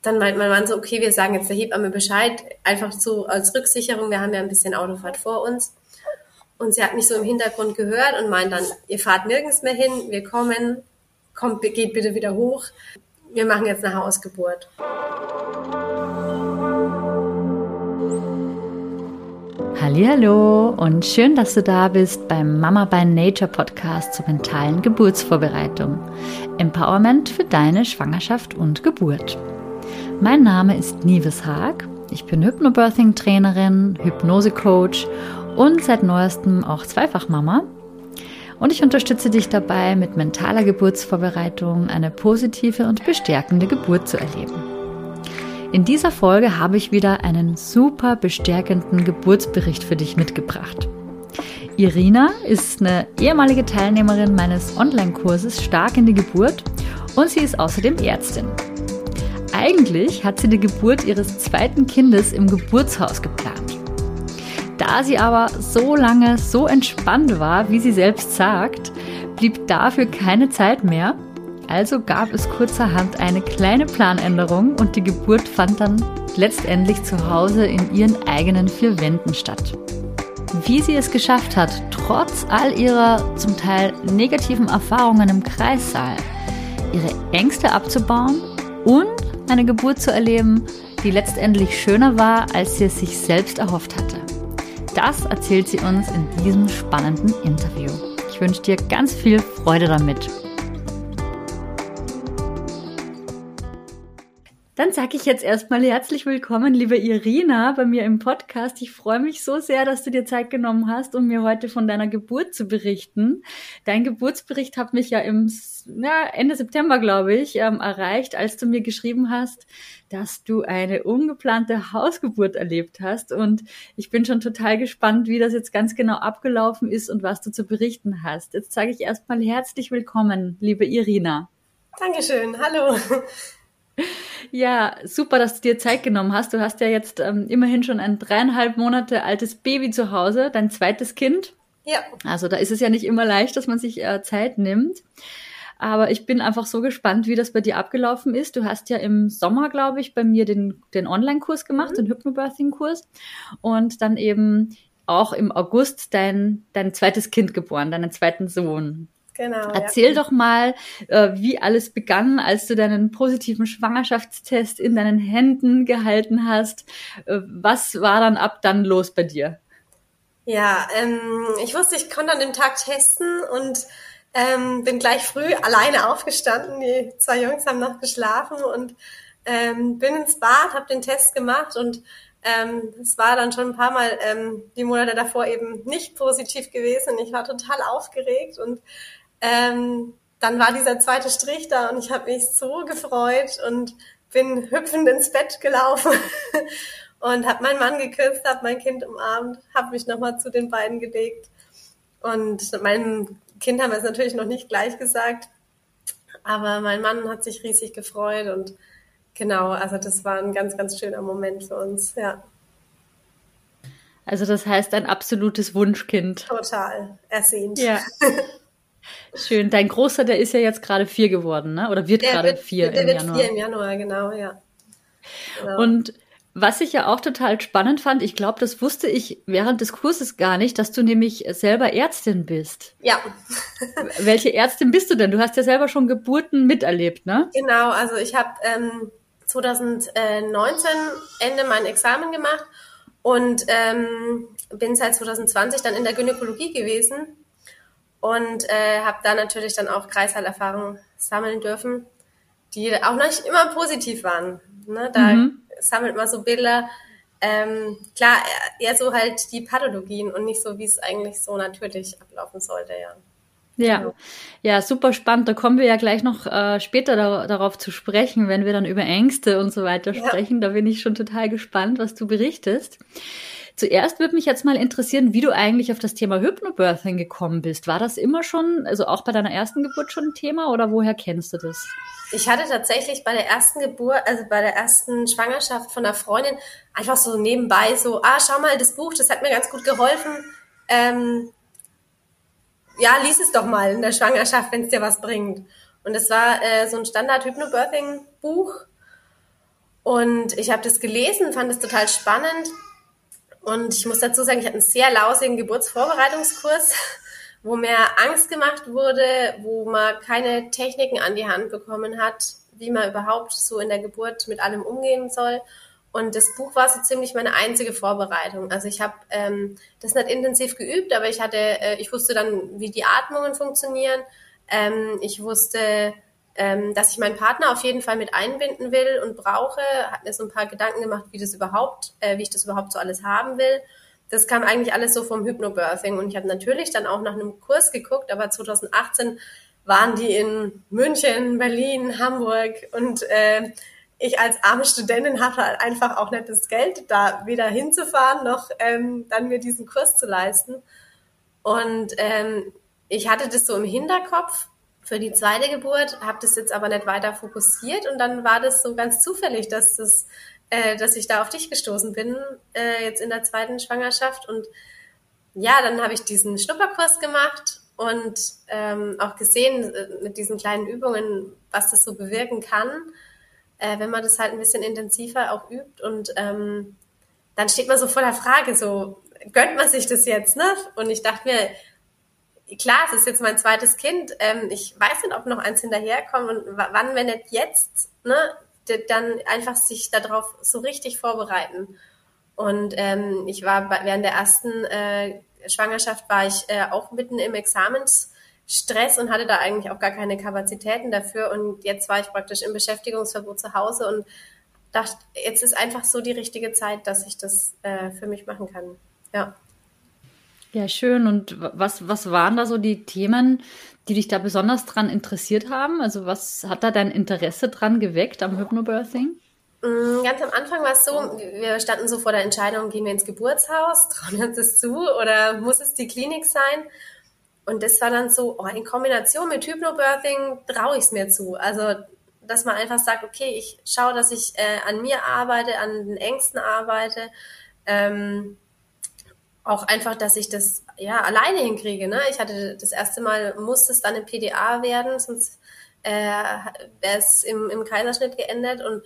dann meint mein Mann so, okay, wir sagen jetzt der Hebamme Bescheid, einfach so als Rücksicherung, wir haben ja ein bisschen Autofahrt vor uns. Und sie hat mich so im Hintergrund gehört und meint dann, ihr fahrt nirgends mehr hin, wir kommen, kommt, geht bitte wieder hoch. Wir machen jetzt eine Hausgeburt. Hallihallo und schön, dass du da bist beim Mama by Nature Podcast zur mentalen Geburtsvorbereitung. Empowerment für deine Schwangerschaft und Geburt. Mein Name ist Nives Haag. Ich bin Hypnobirthing-Trainerin, Hypnose-Coach und seit neuestem auch Zweifachmama. Und ich unterstütze dich dabei, mit mentaler Geburtsvorbereitung eine positive und bestärkende Geburt zu erleben. In dieser Folge habe ich wieder einen super bestärkenden Geburtsbericht für dich mitgebracht. Irina ist eine ehemalige Teilnehmerin meines Online-Kurses Stark in die Geburt und sie ist außerdem Ärztin. Eigentlich hat sie die Geburt ihres zweiten Kindes im Geburtshaus geplant. Da sie aber so lange so entspannt war, wie sie selbst sagt, blieb dafür keine Zeit mehr. Also gab es kurzerhand eine kleine Planänderung und die Geburt fand dann letztendlich zu Hause in ihren eigenen vier Wänden statt. Wie sie es geschafft hat, trotz all ihrer zum Teil negativen Erfahrungen im Kreissaal, ihre Ängste abzubauen und eine Geburt zu erleben, die letztendlich schöner war, als sie es sich selbst erhofft hatte. Das erzählt sie uns in diesem spannenden Interview. Ich wünsche dir ganz viel Freude damit. Dann sage ich jetzt erstmal herzlich willkommen, liebe Irina, bei mir im Podcast. Ich freue mich so sehr, dass du dir Zeit genommen hast, um mir heute von deiner Geburt zu berichten. Dein Geburtsbericht hat mich ja Ende September, glaube ich, erreicht, als du mir geschrieben hast, dass du eine ungeplante Hausgeburt erlebt hast. Und ich bin schon total gespannt, wie das jetzt ganz genau abgelaufen ist und was du zu berichten hast. Jetzt sage ich erstmal herzlich willkommen, liebe Irina. Dankeschön, hallo. Ja, super, dass du dir Zeit genommen hast. Du hast ja jetzt immerhin schon ein 3,5 Monate altes Baby zu Hause, dein zweites Kind. Ja. Also da ist es ja nicht immer leicht, dass man sich Zeit nimmt. Aber ich bin einfach so gespannt, wie das bei dir abgelaufen ist. Du hast ja im Sommer, glaube ich, bei mir den Online-Kurs gemacht, den Hypnobirthing-Kurs. Und dann eben auch im August dein zweites Kind geboren, deinen zweiten Sohn. Genau. Erzähl doch mal, wie alles begann, als du deinen positiven Schwangerschaftstest in deinen Händen gehalten hast. Was war dann ab dann los bei dir? Ja, ich wusste, ich konnte an dem Tag testen und bin gleich früh alleine aufgestanden. Die zwei Jungs haben noch geschlafen und bin ins Bad, habe den Test gemacht und es war dann schon ein paar Mal die Monate davor eben nicht positiv gewesen. Ich war total aufgeregt und dann war dieser zweite Strich da und ich habe mich so gefreut und bin hüpfend ins Bett gelaufen und habe meinen Mann geküsst, habe mein Kind umarmt, habe mich nochmal zu den beiden gelegt. Und meinem Kind haben wir es natürlich noch nicht gleich gesagt, aber mein Mann hat sich riesig gefreut und genau, also das war ein ganz, ganz schöner Moment für uns, ja. Also das heißt ein absolutes Wunschkind. Total, ersehnt. Ja. Schön. Dein Großer, der ist ja jetzt gerade 4 geworden, ne? Oder wird gerade 4 im Januar. 4 im Januar, genau, ja. Genau. Und was ich ja auch total spannend fand, ich glaube, das wusste ich während des Kurses gar nicht, dass du nämlich selber Ärztin bist. Ja. Welche Ärztin bist du denn? Du hast ja selber schon Geburten miterlebt, ne? Genau, also ich habe 2019 Ende mein Examen gemacht und bin seit 2020 dann in der Gynäkologie gewesen und habe da natürlich dann auch Kreissaalerfahrung sammeln dürfen, die auch nicht immer positiv waren. Ne? Da sammelt man so Bilder, klar, eher so halt die Pathologien und nicht so, wie es eigentlich so natürlich ablaufen sollte, ja. Ja, Genau. Ja, super spannend. Da kommen wir ja gleich noch später darauf zu sprechen, wenn wir dann über Ängste und so weiter sprechen. Da bin ich schon total gespannt, was du berichtest. Zuerst würde mich jetzt mal interessieren, wie du eigentlich auf das Thema Hypnobirthing gekommen bist. War das immer schon, also auch bei deiner ersten Geburt schon ein Thema oder woher kennst du das? Ich hatte tatsächlich bei der ersten Geburt, also bei der ersten Schwangerschaft von einer Freundin einfach so nebenbei so, schau mal das Buch, das hat mir ganz gut geholfen. Ja, lies es doch mal in der Schwangerschaft, wenn es dir was bringt. Und es war so ein Standard-Hypnobirthing-Buch. Und ich habe das gelesen, fand es total spannend. Und ich muss dazu sagen, ich hatte einen sehr lausigen Geburtsvorbereitungskurs, wo mir Angst gemacht wurde, wo man keine Techniken an die Hand bekommen hat, wie man überhaupt so in der Geburt mit allem umgehen soll. Und das Buch war so ziemlich meine einzige Vorbereitung. Also ich habe das nicht intensiv geübt, aber ich wusste dann, wie die Atmungen funktionieren. Ich wusste, dass ich meinen Partner auf jeden Fall mit einbinden will und brauche. Hat mir so ein paar Gedanken gemacht, wie ich das überhaupt so alles haben will. Das kam eigentlich alles so vom Hypnobirthing. Und ich habe natürlich dann auch nach einem Kurs geguckt, aber 2018 waren die in München, Berlin, Hamburg und ich als arme Studentin hatte halt einfach auch nicht das Geld, da weder hinzufahren noch dann mir diesen Kurs zu leisten. Und ich hatte das so im Hinterkopf für die zweite Geburt, habe das jetzt aber nicht weiter fokussiert und dann war das so ganz zufällig, dass ich da auf dich gestoßen bin, jetzt in der zweiten Schwangerschaft. Und ja, dann habe ich diesen Schnupperkurs gemacht und auch gesehen mit diesen kleinen Übungen, was das so bewirken kann, wenn man das halt ein bisschen intensiver auch übt. Und dann steht man so vor der Frage, so gönnt man sich das jetzt, ne? Und ich dachte mir, klar, es ist jetzt mein zweites Kind. Ich weiß nicht, ob noch eins hinterherkommt und wann, wenn nicht jetzt, ne? Dann einfach sich darauf so richtig vorbereiten. Und ich war während der ersten Schwangerschaft war ich auch mitten im Examensstress und hatte da eigentlich auch gar keine Kapazitäten dafür. Und jetzt war ich praktisch im Beschäftigungsverbot zu Hause und dachte, jetzt ist einfach so die richtige Zeit, dass ich das für mich machen kann. Ja. Ja, schön. Und was waren da so die Themen, die dich da besonders dran interessiert haben? Also was hat da dein Interesse dran geweckt am Hypnobirthing? Ganz am Anfang war es so, wir standen so vor der Entscheidung, gehen wir ins Geburtshaus, trauen wir uns das zu oder muss es die Klinik sein? Und das war dann so, in Kombination mit Hypnobirthing traue ich es mir zu. Also, dass man einfach sagt, okay, ich schaue, dass ich an mir arbeite, an den Ängsten arbeite, auch einfach, dass ich das alleine hinkriege. Ne? Ich hatte das erste Mal, musste es dann im PDA werden, sonst wäre es im Kaiserschnitt geendet. Und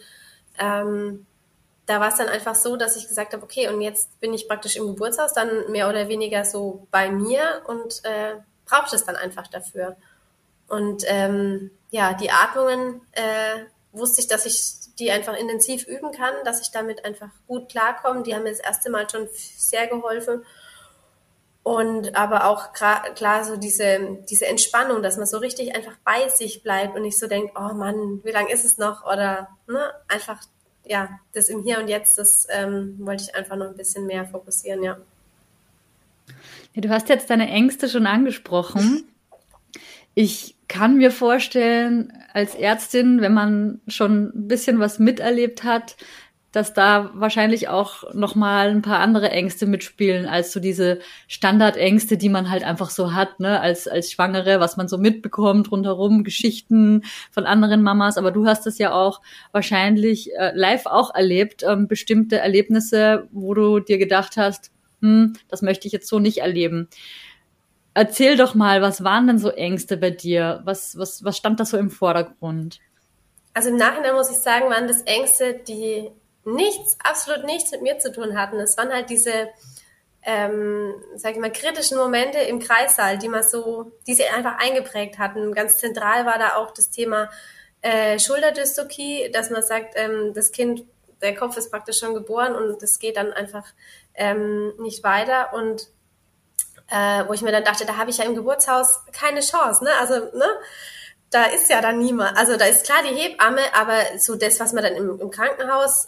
da war es dann einfach so, dass ich gesagt habe, okay, und jetzt bin ich praktisch im Geburtshaus, dann mehr oder weniger so bei mir und brauche das dann einfach dafür. Und die Atmungen wusste ich, dass ich die einfach intensiv üben kann, dass ich damit einfach gut klarkomme. Die haben mir das erste Mal schon sehr geholfen. Und aber auch klar so diese Entspannung, dass man so richtig einfach bei sich bleibt und nicht so denkt, oh Mann, wie lange ist es noch? Oder einfach, das im Hier und Jetzt, das wollte ich einfach noch ein bisschen mehr fokussieren, ja. Ja, du hast jetzt deine Ängste schon angesprochen. Ich kann mir vorstellen, als Ärztin, wenn man schon ein bisschen was miterlebt hat, dass da wahrscheinlich auch nochmal ein paar andere Ängste mitspielen, als so diese Standardängste, die man halt einfach so hat, ne, als Schwangere, was man so mitbekommt rundherum, Geschichten von anderen Mamas. Aber du hast es ja auch wahrscheinlich live auch erlebt, bestimmte Erlebnisse, wo du dir gedacht hast, das möchte ich jetzt so nicht erleben. Erzähl doch mal, was waren denn so Ängste bei dir? Was stand da so im Vordergrund? Also im Nachhinein muss ich sagen, waren das Ängste, die absolut nichts mit mir zu tun hatten. Es waren halt diese, sag ich mal, kritischen Momente im Kreissaal, die sie einfach eingeprägt hatten. Ganz zentral war da auch das Thema Schulterdystokie, dass man sagt, das Kind, der Kopf ist praktisch schon geboren und das geht dann einfach nicht weiter. Und wo ich mir dann dachte, da habe ich ja im Geburtshaus keine Chance, ne? Also, ne? Da ist ja dann niemand. Also da ist klar die Hebamme, aber so das, was man dann im Krankenhaus,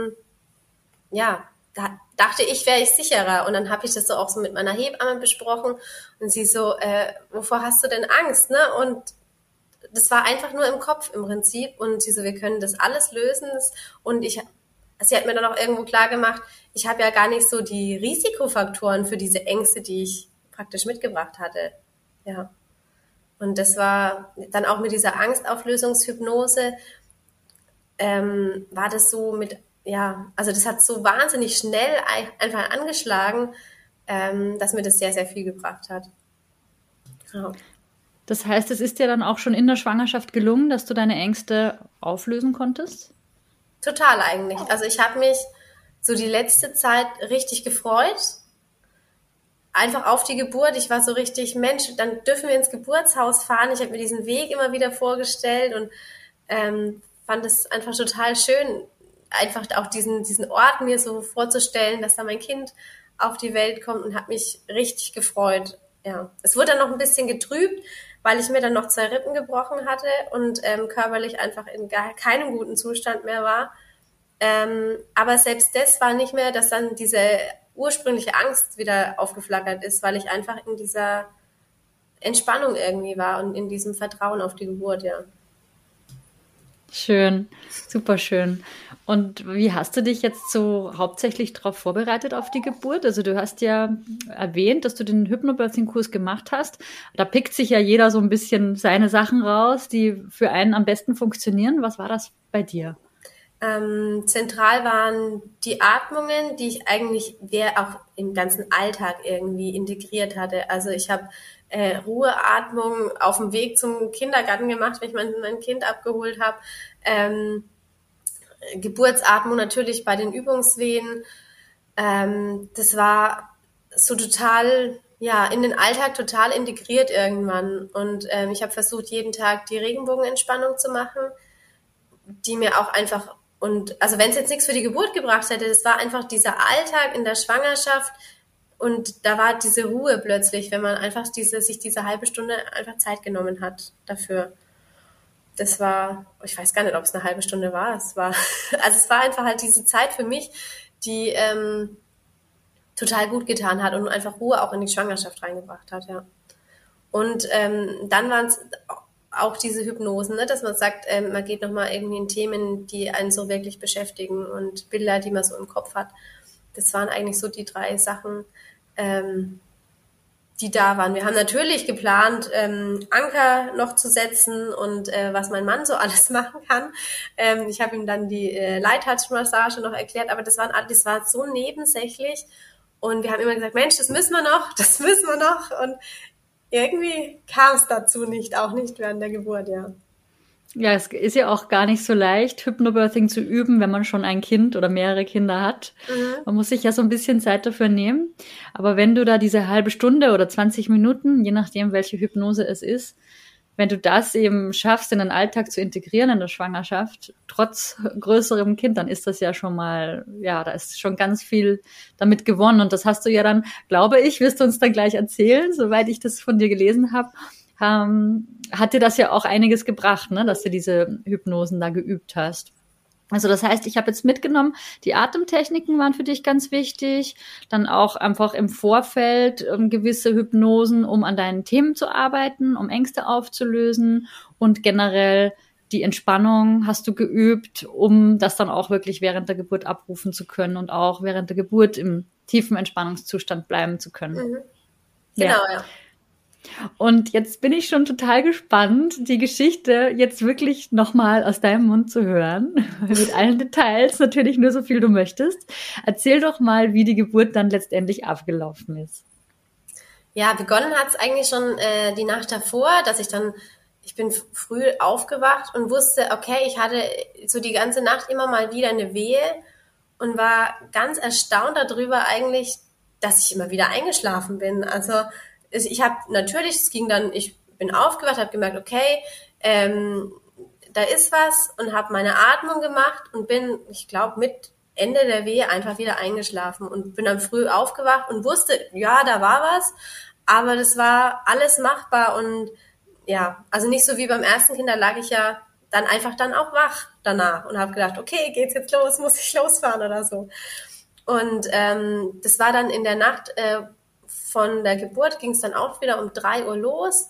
da dachte ich, wäre ich sicherer. Und dann habe ich das so auch so mit meiner Hebamme besprochen und sie so, wovor hast du denn Angst, ne? Und das war einfach nur im Kopf im Prinzip. Und sie so, wir können das alles lösen. Und sie hat mir dann auch irgendwo klar gemacht, ich habe ja gar nicht so die Risikofaktoren für diese Ängste, die ich praktisch mitgebracht hatte. Ja. Und das war dann auch mit dieser Angstauflösungshypnose, war das so also das hat so wahnsinnig schnell einfach angeschlagen, dass mir das sehr, sehr viel gebracht hat. Ja. Das heißt, es ist dir dann auch schon in der Schwangerschaft gelungen, dass du deine Ängste auflösen konntest? Total eigentlich. Also ich habe mich so die letzte Zeit richtig gefreut, einfach auf die Geburt. Ich war so richtig, Mensch, dann dürfen wir ins Geburtshaus fahren. Ich habe mir diesen Weg immer wieder vorgestellt und fand es einfach total schön, einfach auch diesen Ort mir so vorzustellen, dass da mein Kind auf die Welt kommt, und habe mich richtig gefreut. Ja, es wurde dann noch ein bisschen getrübt, weil ich mir dann noch 2 Rippen gebrochen hatte und körperlich einfach in gar keinem guten Zustand mehr war. Aber selbst das war nicht mehr, dass dann diese ursprüngliche Angst wieder aufgeflackert ist, weil ich einfach in dieser Entspannung irgendwie war und in diesem Vertrauen auf die Geburt, ja. Schön, super schön. Und wie hast du dich jetzt so hauptsächlich darauf vorbereitet auf die Geburt? Also du hast ja erwähnt, dass du den Hypnobirthing-Kurs gemacht hast. Da pickt sich ja jeder so ein bisschen seine Sachen raus, die für einen am besten funktionieren. Was war das bei dir? Zentral waren die Atmungen, die ich eigentlich auch im ganzen Alltag irgendwie integriert hatte. Also ich habe Ruheatmung auf dem Weg zum Kindergarten gemacht, wenn ich mein Kind abgeholt habe. Geburtsatmung natürlich bei den Übungswehen. Das war so total, ja, in den Alltag total integriert irgendwann. Und ich habe versucht, jeden Tag die Regenbogenentspannung zu machen, die mir auch einfach, und also wenn es jetzt nichts für die Geburt gebracht hätte, das war einfach dieser Alltag in der Schwangerschaft, und da war diese Ruhe plötzlich, wenn man einfach sich diese halbe Stunde einfach Zeit genommen hat dafür. Das war, ich weiß gar nicht, ob es eine halbe Stunde war. Es war einfach halt diese Zeit für mich, die total gut getan hat und einfach Ruhe auch in die Schwangerschaft reingebracht hat, ja. Und dann waren es auch diese Hypnosen, ne, dass man sagt, man geht nochmal irgendwie in Themen, die einen so wirklich beschäftigen, und Bilder, die man so im Kopf hat. Das waren eigentlich so die 3 Sachen, die da waren. Wir haben natürlich geplant, Anker noch zu setzen und was mein Mann so alles machen kann. Ich habe ihm dann die Light-Touch-Massage noch erklärt, aber das war so nebensächlich, und wir haben immer gesagt, Mensch, das müssen wir noch, und irgendwie kam es dazu nicht, auch nicht während der Geburt, ja. Ja, es ist ja auch gar nicht so leicht, Hypnobirthing zu üben, wenn man schon ein Kind oder mehrere Kinder hat. Man muss sich ja so ein bisschen Zeit dafür nehmen. Aber wenn du da diese halbe Stunde oder 20 Minuten, je nachdem, welche Hypnose es ist, wenn du das eben schaffst, in den Alltag zu integrieren in der Schwangerschaft, trotz größerem Kind, dann ist das ja schon mal, ja, da ist schon ganz viel damit gewonnen. Und das hast du ja dann, glaube ich, wirst du uns dann gleich erzählen, soweit ich das von dir gelesen habe, hat dir das ja auch einiges gebracht, ne, dass du diese Hypnosen da geübt hast. Also das heißt, ich habe jetzt mitgenommen, die Atemtechniken waren für dich ganz wichtig, dann auch einfach im Vorfeld gewisse Hypnosen, um an deinen Themen zu arbeiten, um Ängste aufzulösen, und generell die Entspannung hast du geübt, um das dann auch wirklich während der Geburt abrufen zu können und auch während der Geburt im tiefen Entspannungszustand bleiben zu können. Mhm. Genau, ja. Und jetzt bin ich schon total gespannt, die Geschichte jetzt wirklich nochmal aus deinem Mund zu hören. Mit allen Details, natürlich nur so viel du möchtest. Erzähl doch mal, wie die Geburt dann letztendlich abgelaufen ist. Ja, begonnen hat es eigentlich schon die Nacht davor, dass ich bin früh aufgewacht und wusste, okay, ich hatte so die ganze Nacht immer mal wieder eine Wehe und war ganz erstaunt darüber eigentlich, dass ich immer wieder eingeschlafen bin. Also ich habe natürlich, ich bin aufgewacht, habe gemerkt, okay, da ist was, und habe meine Atmung gemacht und bin, ich glaube, mit Ende der Wehe einfach wieder eingeschlafen und bin dann früh aufgewacht und wusste, ja, da war was, aber das war alles machbar, und ja, also nicht so wie beim ersten Kind, da lag ich ja dann einfach dann auch wach danach und habe gedacht, okay, geht's jetzt los, muss ich losfahren oder so. Und das war dann in der Nacht von der Geburt, ging es dann auch wieder um 3 Uhr los.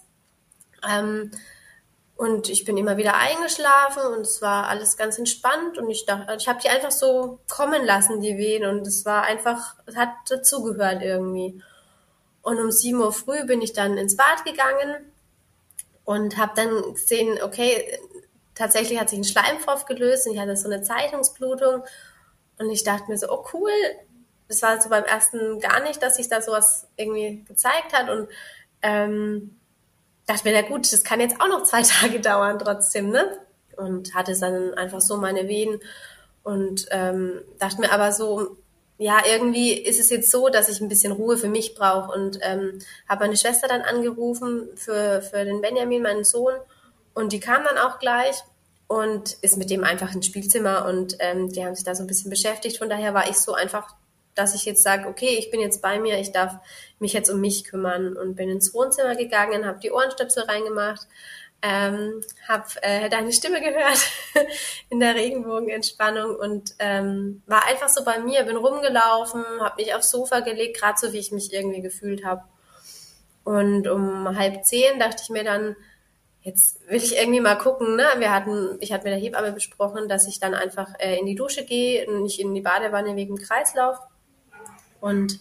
Und ich bin immer wieder eingeschlafen und es war alles ganz entspannt, und ich dachte, ich habe die einfach so kommen lassen, die Wehen, und es hat dazugehört irgendwie. Und um 7 Uhr früh bin ich dann ins Bad gegangen und habe dann gesehen, okay, tatsächlich hat sich ein Schleimfropf gelöst und ich hatte so eine Zeitungsblutung, und ich dachte mir so, oh cool, das war so beim ersten gar nicht, dass sich da sowas irgendwie gezeigt hat, und dachte mir, na gut, das kann jetzt auch noch 2 Tage dauern trotzdem, ne? Und hatte dann einfach so meine Wehen Und dachte mir aber so, ja, irgendwie ist es jetzt so, dass ich ein bisschen Ruhe für mich brauche und habe meine Schwester dann angerufen für den Benjamin, meinen Sohn, und die kam dann auch gleich und ist mit dem einfach ins Spielzimmer und die haben sich da so ein bisschen beschäftigt. Von daher war ich so einfach, dass ich jetzt sage, okay, ich bin jetzt bei mir, ich darf mich jetzt um mich kümmern und bin ins Wohnzimmer gegangen, habe die Ohrenstöpsel reingemacht, habe deine Stimme gehört in der Regenbogenentspannung und war einfach so bei mir, bin rumgelaufen, habe mich aufs Sofa gelegt, gerade so, wie ich mich irgendwie gefühlt habe. Und um 9:30 dachte ich mir dann, jetzt will ich irgendwie mal gucken, ne? Ich hatte mit der Hebamme besprochen, dass ich dann einfach in die Dusche gehe, nicht in die Badewanne wegen dem Kreislauf. Und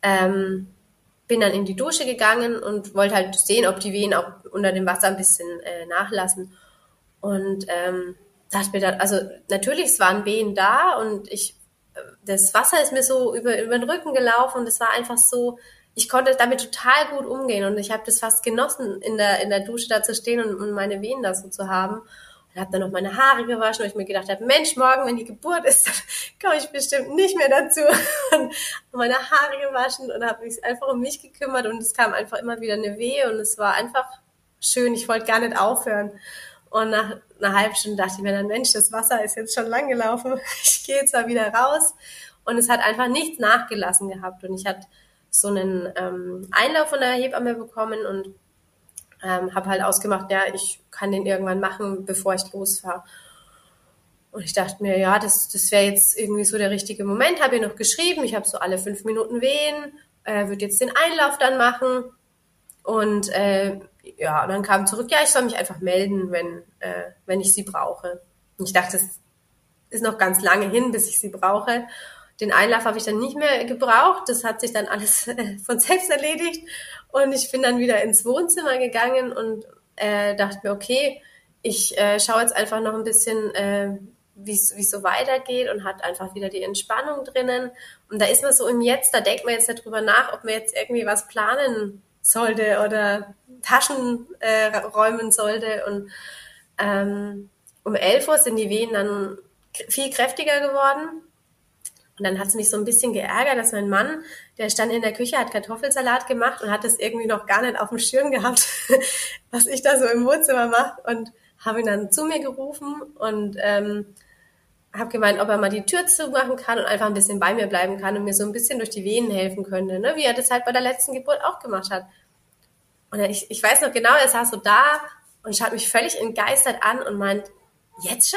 bin dann in die Dusche gegangen und wollte halt sehen, ob die Wehen auch unter dem Wasser ein bisschen nachlassen. Und dachte mir dann, also natürlich, es waren Wehen da und das Wasser ist mir so über den Rücken gelaufen und es war einfach so, ich konnte damit total gut umgehen und ich habe das fast genossen, in der Dusche da zu stehen und meine Wehen da so zu haben. Und habe dann noch meine Haare gewaschen, weil ich mir gedacht habe, Mensch, morgen, wenn die Geburt ist, dann komme ich bestimmt nicht mehr dazu. Und meine Haare gewaschen und habe mich einfach um mich gekümmert und es kam einfach immer wieder eine Wehe und es war einfach schön. Ich wollte gar nicht aufhören. Und nach einer halben Stunde dachte ich mir dann, Mensch, das Wasser ist jetzt schon lang gelaufen. Ich gehe jetzt mal wieder raus. Und es hat einfach nichts nachgelassen gehabt. Und ich hatte so einen Einlauf von der Hebamme bekommen und habe halt ausgemacht, ja, ich kann den irgendwann machen, bevor ich losfahre. Und ich dachte mir, ja, das wäre jetzt irgendwie so der richtige Moment. Habe ihr noch geschrieben, ich habe so alle 5 Minuten Wehen, würde jetzt den Einlauf dann machen. Und ja, und dann kam zurück, ja, ich soll mich einfach melden, wenn ich sie brauche. Und ich dachte, das ist noch ganz lange hin, bis ich sie brauche. Den Einlauf habe ich dann nicht mehr gebraucht. Das hat sich dann alles von selbst erledigt. Und ich bin dann wieder ins Wohnzimmer gegangen und dachte mir, okay, ich schaue jetzt einfach noch ein bisschen, wie es so weitergeht und hat einfach wieder die Entspannung drinnen. Und da ist man so im Jetzt, da denkt man jetzt nicht drüber nach, ob man jetzt irgendwie was planen sollte oder Taschen räumen sollte. Und um 11 Uhr sind die Wehen dann viel kräftiger geworden. Und dann hat es mich so ein bisschen geärgert, dass mein Mann, der stand in der Küche, hat Kartoffelsalat gemacht und hat das irgendwie noch gar nicht auf dem Schirm gehabt, was ich da so im Wohnzimmer mache. Und habe ihn dann zu mir gerufen und habe gemeint, ob er mal die Tür zumachen kann und einfach ein bisschen bei mir bleiben kann und mir so ein bisschen durch die Venen helfen könnte, ne? Wie er das halt bei der letzten Geburt auch gemacht hat. Und ich weiß noch genau, er saß so da und schaut mich völlig entgeistert an und meint, jetzt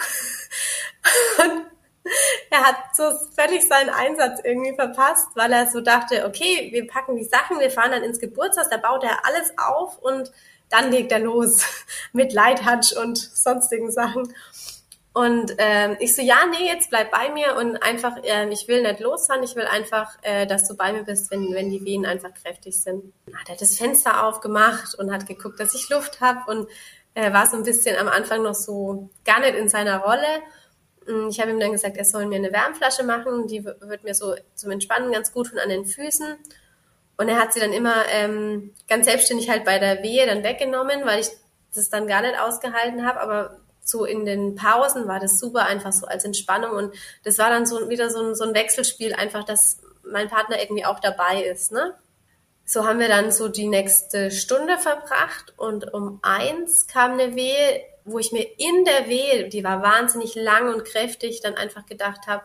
schon? Und er hat so völlig seinen Einsatz irgendwie verpasst, weil er so dachte, okay, wir packen die Sachen, wir fahren dann ins Geburtshaus, da baut er alles auf und dann legt er los mit Light-Touch und sonstigen Sachen. Und ich so, ja, nee, jetzt bleib bei mir und einfach, ich will nicht losfahren, ich will einfach, dass du bei mir bist, wenn die Wehen einfach kräftig sind. Dann hat er das Fenster aufgemacht und hat geguckt, dass ich Luft habe und war so ein bisschen am Anfang noch so gar nicht in seiner Rolle. Ich habe ihm dann gesagt, er soll mir eine Wärmflasche machen, die wird mir so zum Entspannen ganz gut tun an den Füßen. Und er hat sie dann immer ganz selbstständig halt bei der Wehe dann weggenommen, weil ich das dann gar nicht ausgehalten habe. Aber so in den Pausen war das super, einfach so als Entspannung. Und das war dann so wieder so ein Wechselspiel, einfach, dass mein Partner irgendwie auch dabei ist, ne? So haben wir dann so die nächste Stunde verbracht und um 1 kam eine Wehe, wo ich mir in der Wehe, die war wahnsinnig lang und kräftig, dann einfach gedacht habe,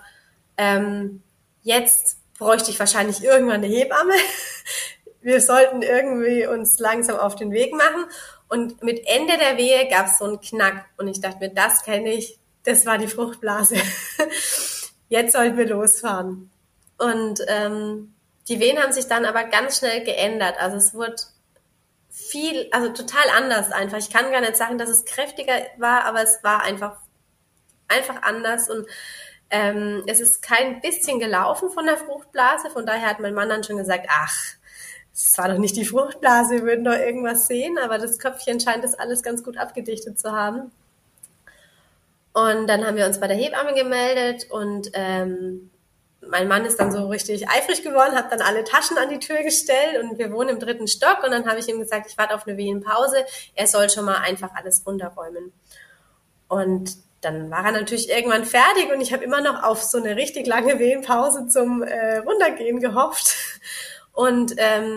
jetzt bräuchte ich wahrscheinlich irgendwann eine Hebamme. Wir sollten irgendwie uns langsam auf den Weg machen. Und mit Ende der Wehe gab es so einen Knack. Und ich dachte mir, das kenne ich, das war die Fruchtblase. Jetzt sollten wir losfahren. Und die Wehen haben sich dann aber ganz schnell geändert. Also es wurde total anders einfach. Ich kann gar nicht sagen, dass es kräftiger war, aber es war einfach anders und es ist kein bisschen gelaufen von der Fruchtblase. Von daher hat mein Mann dann schon gesagt, ach, es war doch nicht die Fruchtblase, wir würden doch irgendwas sehen, aber das Köpfchen scheint das alles ganz gut abgedichtet zu haben. Und dann haben wir uns bei der Hebamme gemeldet und mein Mann ist dann so richtig eifrig geworden, hat dann alle Taschen an die Tür gestellt und wir wohnen im 3. Stock und dann habe ich ihm gesagt, ich warte auf eine Wehenpause, er soll schon mal einfach alles runterräumen. Und dann war er natürlich irgendwann fertig und ich habe immer noch auf so eine richtig lange Wehenpause zum Runtergehen gehofft. Und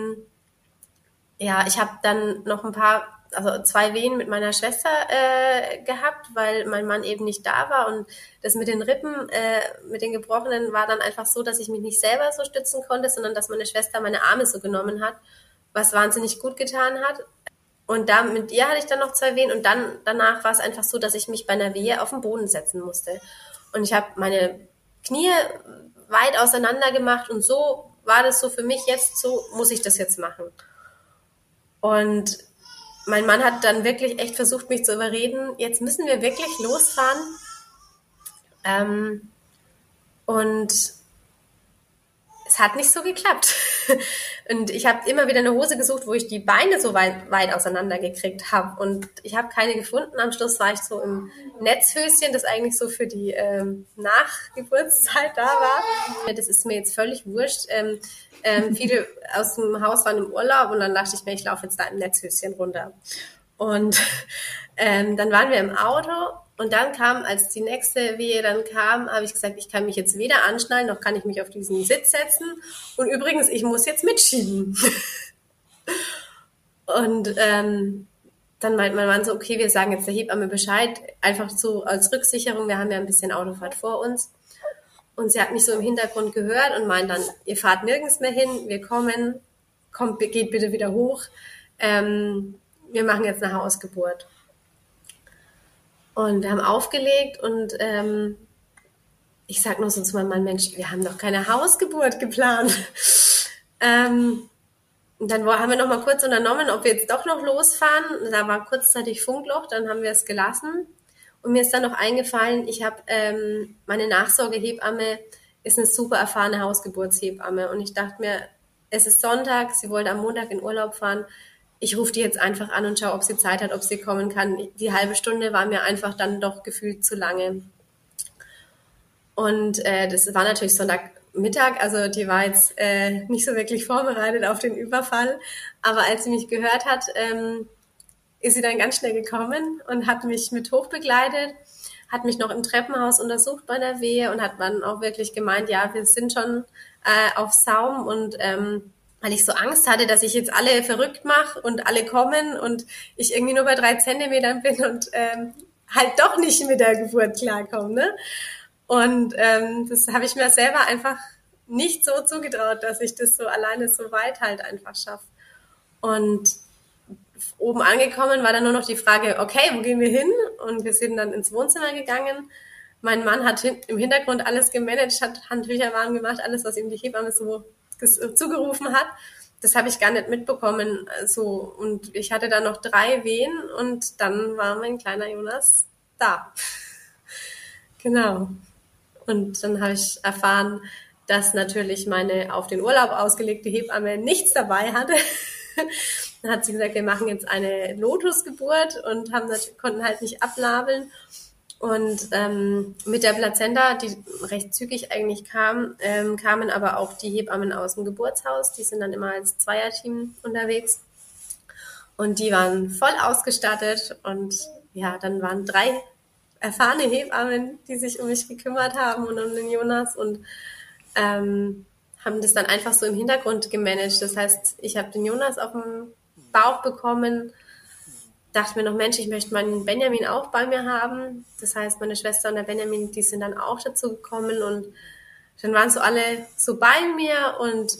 ich habe dann noch 2 Wehen mit meiner Schwester gehabt, weil mein Mann eben nicht da war. Und das mit den Rippen, mit den Gebrochenen, war dann einfach so, dass ich mich nicht selber so stützen konnte, sondern dass meine Schwester meine Arme so genommen hat, was wahnsinnig gut getan hat. Und mit ihr hatte ich dann noch 2 Wehen und danach war es einfach so, dass ich mich bei einer Wehe auf den Boden setzen musste. Und ich habe meine Knie weit auseinander gemacht und so war das so für mich jetzt, so muss ich das jetzt machen. Und mein Mann hat dann wirklich echt versucht, mich zu überreden, jetzt müssen wir wirklich losfahren. Und es hat nicht so geklappt. Und ich habe immer wieder eine Hose gesucht, wo ich die Beine so weit auseinander gekriegt habe. Und ich habe keine gefunden. Am Schluss war ich so im Netzhöschen, das eigentlich so für die Nachgeburtszeit da war. Das ist mir jetzt völlig wurscht. Viele aus dem Haus waren im Urlaub und dann dachte ich mir, ich laufe jetzt da im Netzhöschen runter. Und dann waren wir im Auto und dann kam, als die nächste Wehe dann kam, habe ich gesagt, ich kann mich jetzt weder anschnallen, noch kann ich mich auf diesen Sitz setzen. Und übrigens, ich muss jetzt mitschieben. Und dann meint mein Mann so, okay, wir sagen jetzt der Hebamme Bescheid, einfach so als Rücksicherung, wir haben ja ein bisschen Autofahrt vor uns. Und sie hat mich so im Hintergrund gehört und meint dann, ihr fahrt nirgends mehr hin, wir kommen, geht bitte wieder hoch, wir machen jetzt eine Hausgeburt. Und wir haben aufgelegt und ich sag nur so zu meinem Mann, Mensch, wir haben doch keine Hausgeburt geplant. Und dann haben wir noch mal kurz unternommen, ob wir jetzt doch noch losfahren. Da war kurzzeitig Funkloch, dann haben wir es gelassen. Und mir ist dann noch eingefallen, ich habe meine Nachsorgehebamme ist eine super erfahrene Hausgeburtshebamme. Und ich dachte mir, es ist Sonntag, sie wollte am Montag in Urlaub fahren. Ich rufe die jetzt einfach an und schaue, ob sie Zeit hat, ob sie kommen kann. Die halbe Stunde war mir einfach dann doch gefühlt zu lange. Und das war natürlich Sonntagmittag, also die war jetzt nicht so wirklich vorbereitet auf den Überfall. Aber als sie mich gehört hat, ist sie dann ganz schnell gekommen und hat mich mit hochbegleitet, hat mich noch im Treppenhaus untersucht bei der Wehe und hat dann auch wirklich gemeint, ja, wir sind schon auf Saum und weil ich so Angst hatte, dass ich jetzt alle verrückt mache und alle kommen und ich irgendwie nur bei 3 Zentimetern bin und halt doch nicht mit der Geburt klarkomme. Ne? Und das habe ich mir selber einfach nicht so zugetraut, dass ich das so alleine so weit halt einfach schaffe. Und oben angekommen war dann nur noch die Frage, okay, wo gehen wir hin? Und wir sind dann ins Wohnzimmer gegangen. Mein Mann hat im Hintergrund alles gemanagt, hat Handtücher warm gemacht, alles, was ihm die Hebamme so zugerufen hat. Das habe ich gar nicht mitbekommen. So. Und ich hatte dann noch 3 Wehen und dann war mein kleiner Jonas da. Genau. Und dann habe ich erfahren, dass natürlich meine auf den Urlaub ausgelegte Hebamme nichts dabei hatte. Dann hat sie gesagt, wir machen jetzt eine Lotusgeburt und konnten halt nicht abnabeln. Und mit der Plazenta, die recht zügig eigentlich kam, kamen aber auch die Hebammen aus dem Geburtshaus. Die sind dann immer als Zweierteam unterwegs. Und die waren voll ausgestattet. Und ja, dann waren 3 erfahrene Hebammen, die sich um mich gekümmert haben und um den Jonas. Und haben das dann einfach so im Hintergrund gemanagt. Das heißt, ich habe den Jonas auf dem Bauch bekommen, dachte mir noch, Mensch, ich möchte meinen Benjamin auch bei mir haben. Das heißt, meine Schwester und der Benjamin, die sind dann auch dazu gekommen und dann waren so alle so bei mir und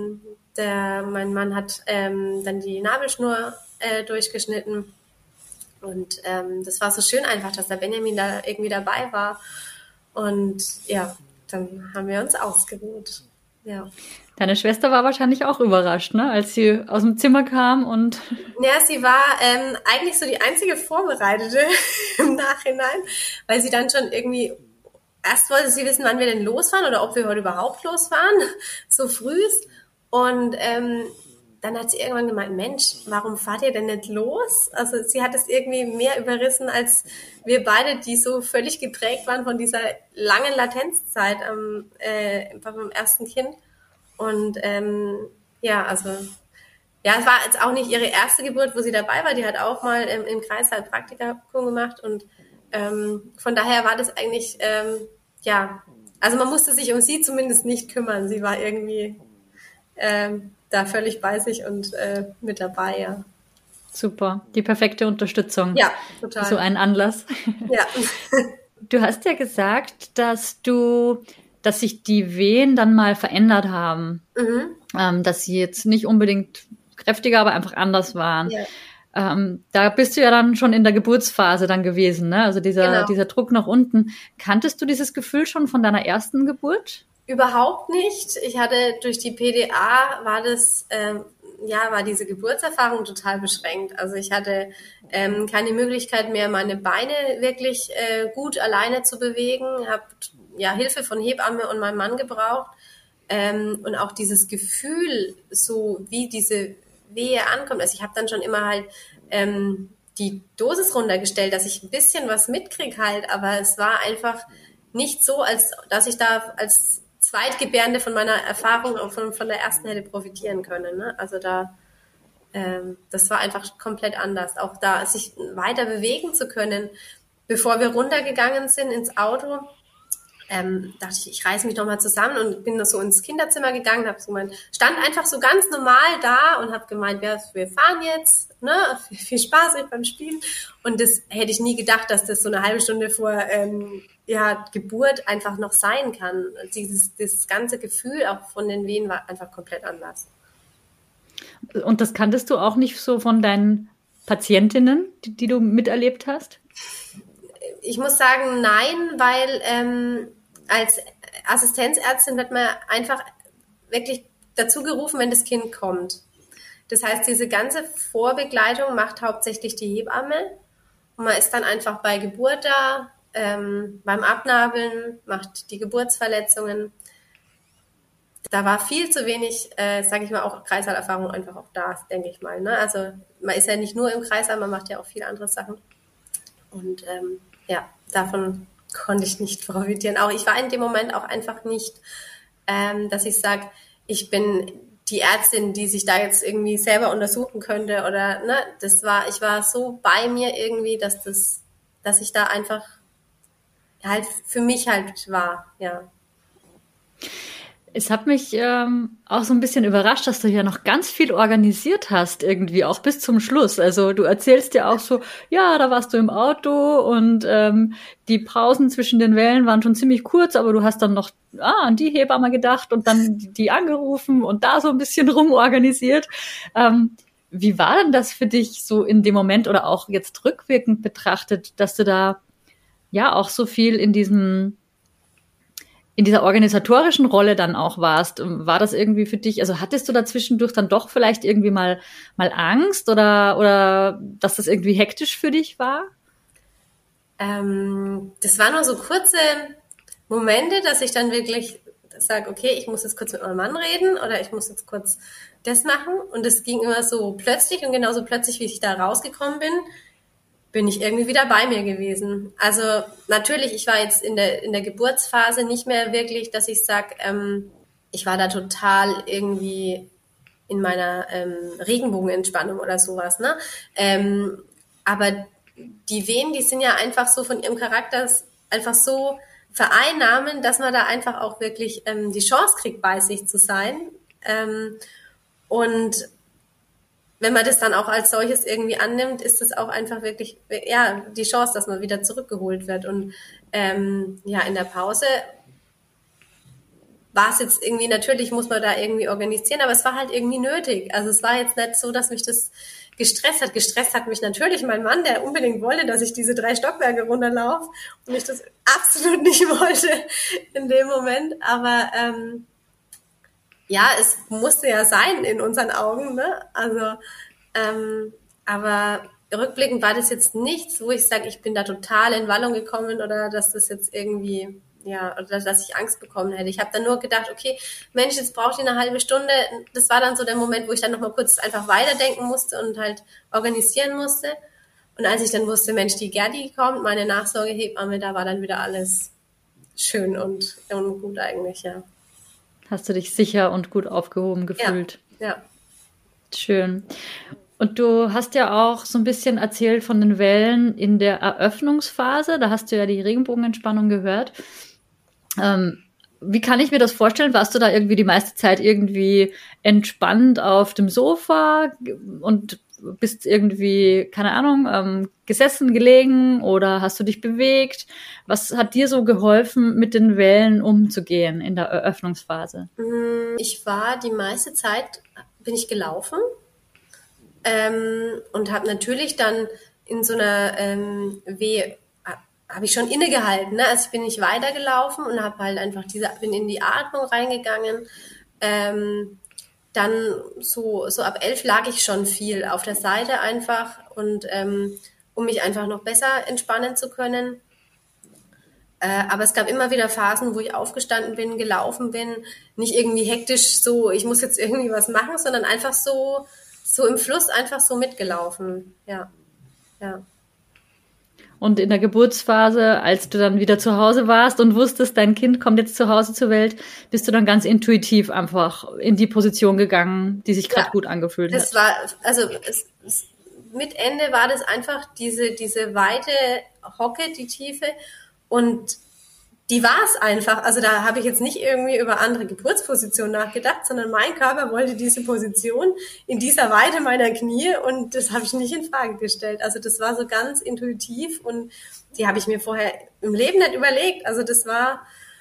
mein Mann hat dann die Nabelschnur durchgeschnitten und das war so schön einfach, dass der Benjamin da irgendwie dabei war und ja, dann haben wir uns ausgeruht. Ja. Deine Schwester war wahrscheinlich auch überrascht, ne, als sie aus dem Zimmer kam und... Ja, sie war eigentlich so die einzige Vorbereitete im Nachhinein, weil sie dann schon irgendwie, erst wollte sie wissen, wann wir denn losfahren oder ob wir heute überhaupt losfahren, so frühst. Und dann hat sie irgendwann gemeint, Mensch, warum fahrt ihr denn nicht los? Also sie hat es irgendwie mehr überrissen als wir beide, die so völlig geprägt waren von dieser langen Latenzzeit beim ersten Kind. Und es war jetzt auch nicht ihre erste Geburt, wo sie dabei war. Die hat auch mal im Kreißsaal Praktikum gemacht und Von daher war das eigentlich, also man musste sich um sie zumindest nicht kümmern. Sie war irgendwie da völlig bei sich und mit dabei, ja. Super, die perfekte Unterstützung. Ja, total. Für so einen Anlass. Ja. Du hast ja gesagt, dass sich die Wehen dann mal verändert haben. Dass sie jetzt nicht unbedingt kräftiger, aber einfach anders waren. Ja. Da bist du ja dann schon in der Geburtsphase dann gewesen, ne? Also dieser Druck nach unten. Kanntest du dieses Gefühl schon von deiner ersten Geburt? Überhaupt nicht. Ich hatte durch die PDA war diese Geburtserfahrung total beschränkt. Also ich hatte keine Möglichkeit mehr, meine Beine wirklich gut alleine zu bewegen. Habe Hilfe von Hebamme und meinem Mann gebraucht. Und auch dieses Gefühl, so wie diese Wehe ankommt. Also ich habe dann schon immer halt die Dosis runtergestellt, dass ich ein bisschen was mitkriege halt. Aber es war einfach nicht so, als dass ich da als Zweitgebärende von meiner Erfahrung auch von der ersten hätte profitieren können. Ne? Also das war einfach komplett anders. Auch da sich weiter bewegen zu können. Bevor wir runtergegangen sind ins Auto, dachte ich reiße mich nochmal zusammen und bin so ins Kinderzimmer gegangen, stand einfach so ganz normal da und habe gemeint, wir fahren jetzt, ne? Viel Spaß euch beim Spielen. Und das hätte ich nie gedacht, dass das so eine halbe Stunde vor Geburt einfach noch sein kann. Dieses ganze Gefühl auch von den Wehen war einfach komplett anders. Und das kanntest du auch nicht so von deinen Patientinnen, die du miterlebt hast? Ich muss sagen, nein, weil als Assistenzärztin wird man einfach wirklich dazu gerufen, wenn das Kind kommt. Das heißt, diese ganze Vorbegleitung macht hauptsächlich die Hebamme und man ist dann einfach bei Geburt da, beim Abnabeln, macht die Geburtsverletzungen. Da war viel zu wenig, sage ich mal, auch Kreissaalerfahrung einfach auch da, denke ich mal. Ne? Also man ist ja nicht nur im Kreissaal, man macht ja auch viele andere Sachen. Und davon konnte ich nicht profitieren. Auch ich war in dem Moment auch einfach nicht, dass ich sage, ich bin die Ärztin, die sich da jetzt irgendwie selber untersuchen könnte oder ne, ich war so bei mir irgendwie, dass ich da einfach halt für mich halt war, ja. Es hat mich auch so ein bisschen überrascht, dass du ja noch ganz viel organisiert hast, irgendwie auch bis zum Schluss. Also du erzählst ja auch so, ja, da warst du im Auto und die Pausen zwischen den Wellen waren schon ziemlich kurz, aber du hast dann noch an die Hebamme gedacht und dann die angerufen und da so ein bisschen rumorganisiert. Wie war denn das für dich so in dem Moment oder auch jetzt rückwirkend betrachtet, dass du da ja auch so viel in dieser organisatorischen Rolle dann auch warst? War das irgendwie für dich, also hattest du da zwischendurch dann doch vielleicht irgendwie mal Angst oder dass das irgendwie hektisch für dich war? Das waren nur so kurze Momente, dass ich dann wirklich sage, okay, ich muss jetzt kurz mit meinem Mann reden oder ich muss jetzt kurz das machen. Und es ging immer so plötzlich und genauso plötzlich, wie ich da rausgekommen bin ich irgendwie wieder bei mir gewesen. Also natürlich, ich war jetzt in der Geburtsphase nicht mehr wirklich, dass ich sage, ich war da total irgendwie in meiner Regenbogenentspannung oder sowas. Ne? Aber die Wehen, die sind ja einfach so von ihrem Charakter einfach so vereinnahmen, dass man da einfach auch wirklich die Chance kriegt, bei sich zu sein. Und wenn man das dann auch als solches irgendwie annimmt, ist es auch einfach wirklich, ja, die Chance, dass man wieder zurückgeholt wird. Und in der Pause war es jetzt irgendwie, natürlich muss man da irgendwie organisieren, aber es war halt irgendwie nötig. Also es war jetzt nicht so, dass mich das gestresst hat. Gestresst hat mich natürlich mein Mann, der unbedingt wollte, dass ich diese 3 Stockwerke runterlaufe und ich das absolut nicht wollte in dem Moment. Aber es musste ja sein in unseren Augen, ne? Also, aber rückblickend war das jetzt nichts, wo ich sage, ich bin da total in Wallung gekommen oder dass das jetzt irgendwie, oder dass ich Angst bekommen hätte. Ich habe dann nur gedacht, okay, Mensch, jetzt braucht ihr eine halbe Stunde. Das war dann so der Moment, wo ich dann nochmal kurz einfach weiterdenken musste und halt organisieren musste. Und als ich dann wusste, Mensch, die Gerdi kommt, meine Nachsorgehebamme, da war dann wieder alles schön und gut eigentlich, ja. Hast du dich sicher und gut aufgehoben gefühlt? Ja. Schön. Und du hast ja auch so ein bisschen erzählt von den Wellen in der Eröffnungsphase. Da hast du ja die Regenbogenentspannung gehört. Wie kann ich mir das vorstellen? Warst du da irgendwie die meiste Zeit irgendwie entspannt auf dem Sofa und bist irgendwie, keine Ahnung, gesessen, gelegen oder hast du dich bewegt? Was hat dir so geholfen, mit den Wellen umzugehen in der Eröffnungsphase? Ich war die meiste Zeit, bin ich gelaufen und habe natürlich dann in so einer Wehe, habe ich schon innegehalten, ne? Also ich bin nicht weitergelaufen und habe halt einfach bin in die Atmung reingegangen. Dann so ab 11 lag ich schon viel auf der Seite einfach und um mich einfach noch besser entspannen zu können. Aber es gab immer wieder Phasen, wo ich aufgestanden bin, gelaufen bin, nicht irgendwie hektisch so, ich muss jetzt irgendwie was machen, sondern einfach so im Fluss einfach so mitgelaufen. Ja, ja. Und in der Geburtsphase, als du dann wieder zu Hause warst und wusstest, dein Kind kommt jetzt zu Hause zur Welt, bist du dann ganz intuitiv einfach in die Position gegangen, die sich gerade gut angefühlt hat. Das war, also mit Ende war das einfach diese weite Hocke, die Tiefe, und die war es einfach. Also da habe ich jetzt nicht irgendwie über andere Geburtspositionen nachgedacht, sondern mein Körper wollte diese Position in dieser Weite meiner Knie und das habe ich nicht in Frage gestellt. Also das war so ganz intuitiv und die habe ich mir vorher im Leben nicht überlegt. Also das war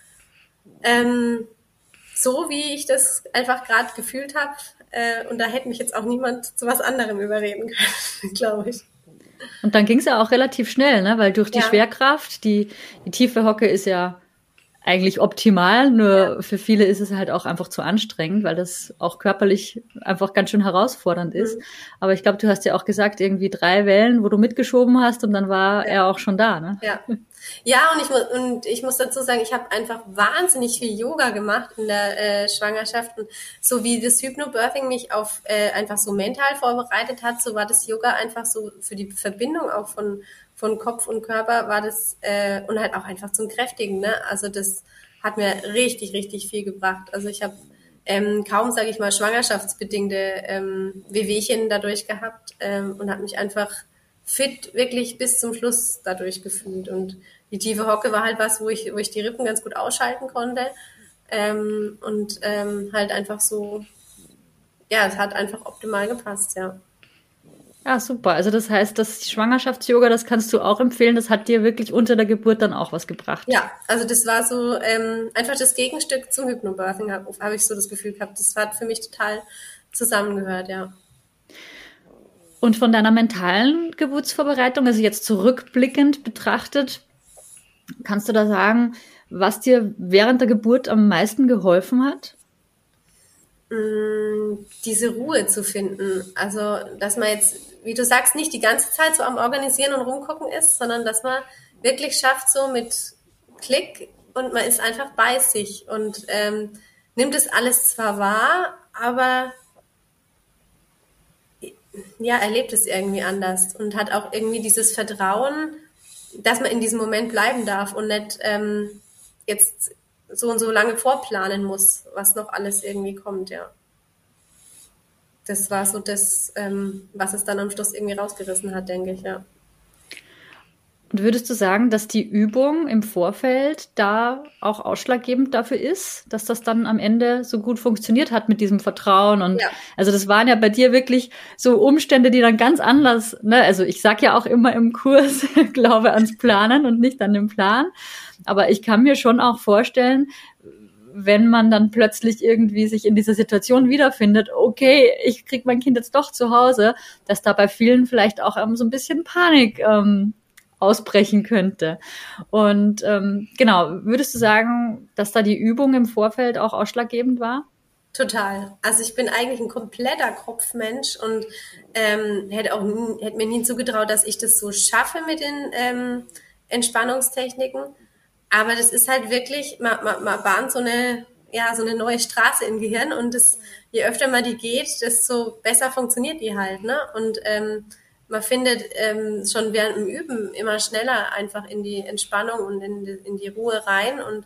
so, wie ich das einfach gerade gefühlt habe. Und da hätte mich jetzt auch niemand zu was anderem überreden können, glaube ich. Und dann ging es ja auch relativ schnell, ne? Weil durch die Schwerkraft, die tiefe Hocke ist ja eigentlich optimal, nur für viele ist es halt auch einfach zu anstrengend, weil das auch körperlich einfach ganz schön herausfordernd ist. Aber ich glaube, du hast ja auch gesagt, irgendwie 3 Wellen, wo du mitgeschoben hast und dann war er auch schon da, ne? Ja, und ich muss dazu sagen, ich habe einfach wahnsinnig viel Yoga gemacht in der Schwangerschaft und so wie das Hypnobirthing mich auf einfach so mental vorbereitet hat, so war das Yoga einfach so für die Verbindung auch von Kopf und Körper war das und halt auch einfach zum Kräftigen, ne? Also das hat mir richtig, richtig viel gebracht. Also ich habe kaum, sage ich mal, schwangerschaftsbedingte Wehwehchen dadurch gehabt und habe mich einfach fit wirklich bis zum Schluss dadurch gefühlt. Und die tiefe Hocke war halt was, wo ich die Rippen ganz gut ausschalten konnte und halt einfach so, ja, es hat einfach optimal gepasst, ja. Ja, super. Also das heißt, das Schwangerschafts-Yoga, das kannst du auch empfehlen. Das hat dir wirklich unter der Geburt dann auch was gebracht. Ja, also das war so einfach das Gegenstück zum Hypnobirthing, hab ich so das Gefühl gehabt. Das hat für mich total zusammengehört, ja. Und von deiner mentalen Geburtsvorbereitung, also jetzt zurückblickend betrachtet, kannst du da sagen, was dir während der Geburt am meisten geholfen hat? Diese Ruhe zu finden. Also, dass man jetzt, wie du sagst, nicht die ganze Zeit so am Organisieren und Rumgucken ist, sondern dass man wirklich schafft, so mit Klick und man ist einfach bei sich und nimmt es alles zwar wahr, aber ja, erlebt es irgendwie anders und hat auch irgendwie dieses Vertrauen, dass man in diesem Moment bleiben darf und nicht jetzt so und so lange vorplanen muss, was noch alles irgendwie kommt, ja. Das war so das, was es dann am Schluss irgendwie rausgerissen hat, denke ich, ja. Und würdest du sagen, dass die Übung im Vorfeld da auch ausschlaggebend dafür ist, dass das dann am Ende so gut funktioniert hat mit diesem Vertrauen? Und also das waren ja bei dir wirklich so Umstände, die dann ganz anders, ne? Also ich sag ja auch immer im Kurs, glaube ans Planen und nicht an den Plan. Aber ich kann mir schon auch vorstellen, wenn man dann plötzlich irgendwie sich in dieser Situation wiederfindet, okay, ich krieg mein Kind jetzt doch zu Hause, dass da bei vielen vielleicht auch so ein bisschen Panik ausbrechen könnte. Und genau, würdest du sagen, dass da die Übung im Vorfeld auch ausschlaggebend war? Total. Also ich bin eigentlich ein kompletter Kopfmensch und hätte mir nie zugetraut, dass ich das so schaffe mit den Entspannungstechniken. Aber das ist halt wirklich, man bahnt so eine neue Straße im Gehirn und je öfter man die geht, desto besser funktioniert die halt, ne? Und man findet schon während dem Üben immer schneller einfach in die Entspannung und in die Ruhe rein und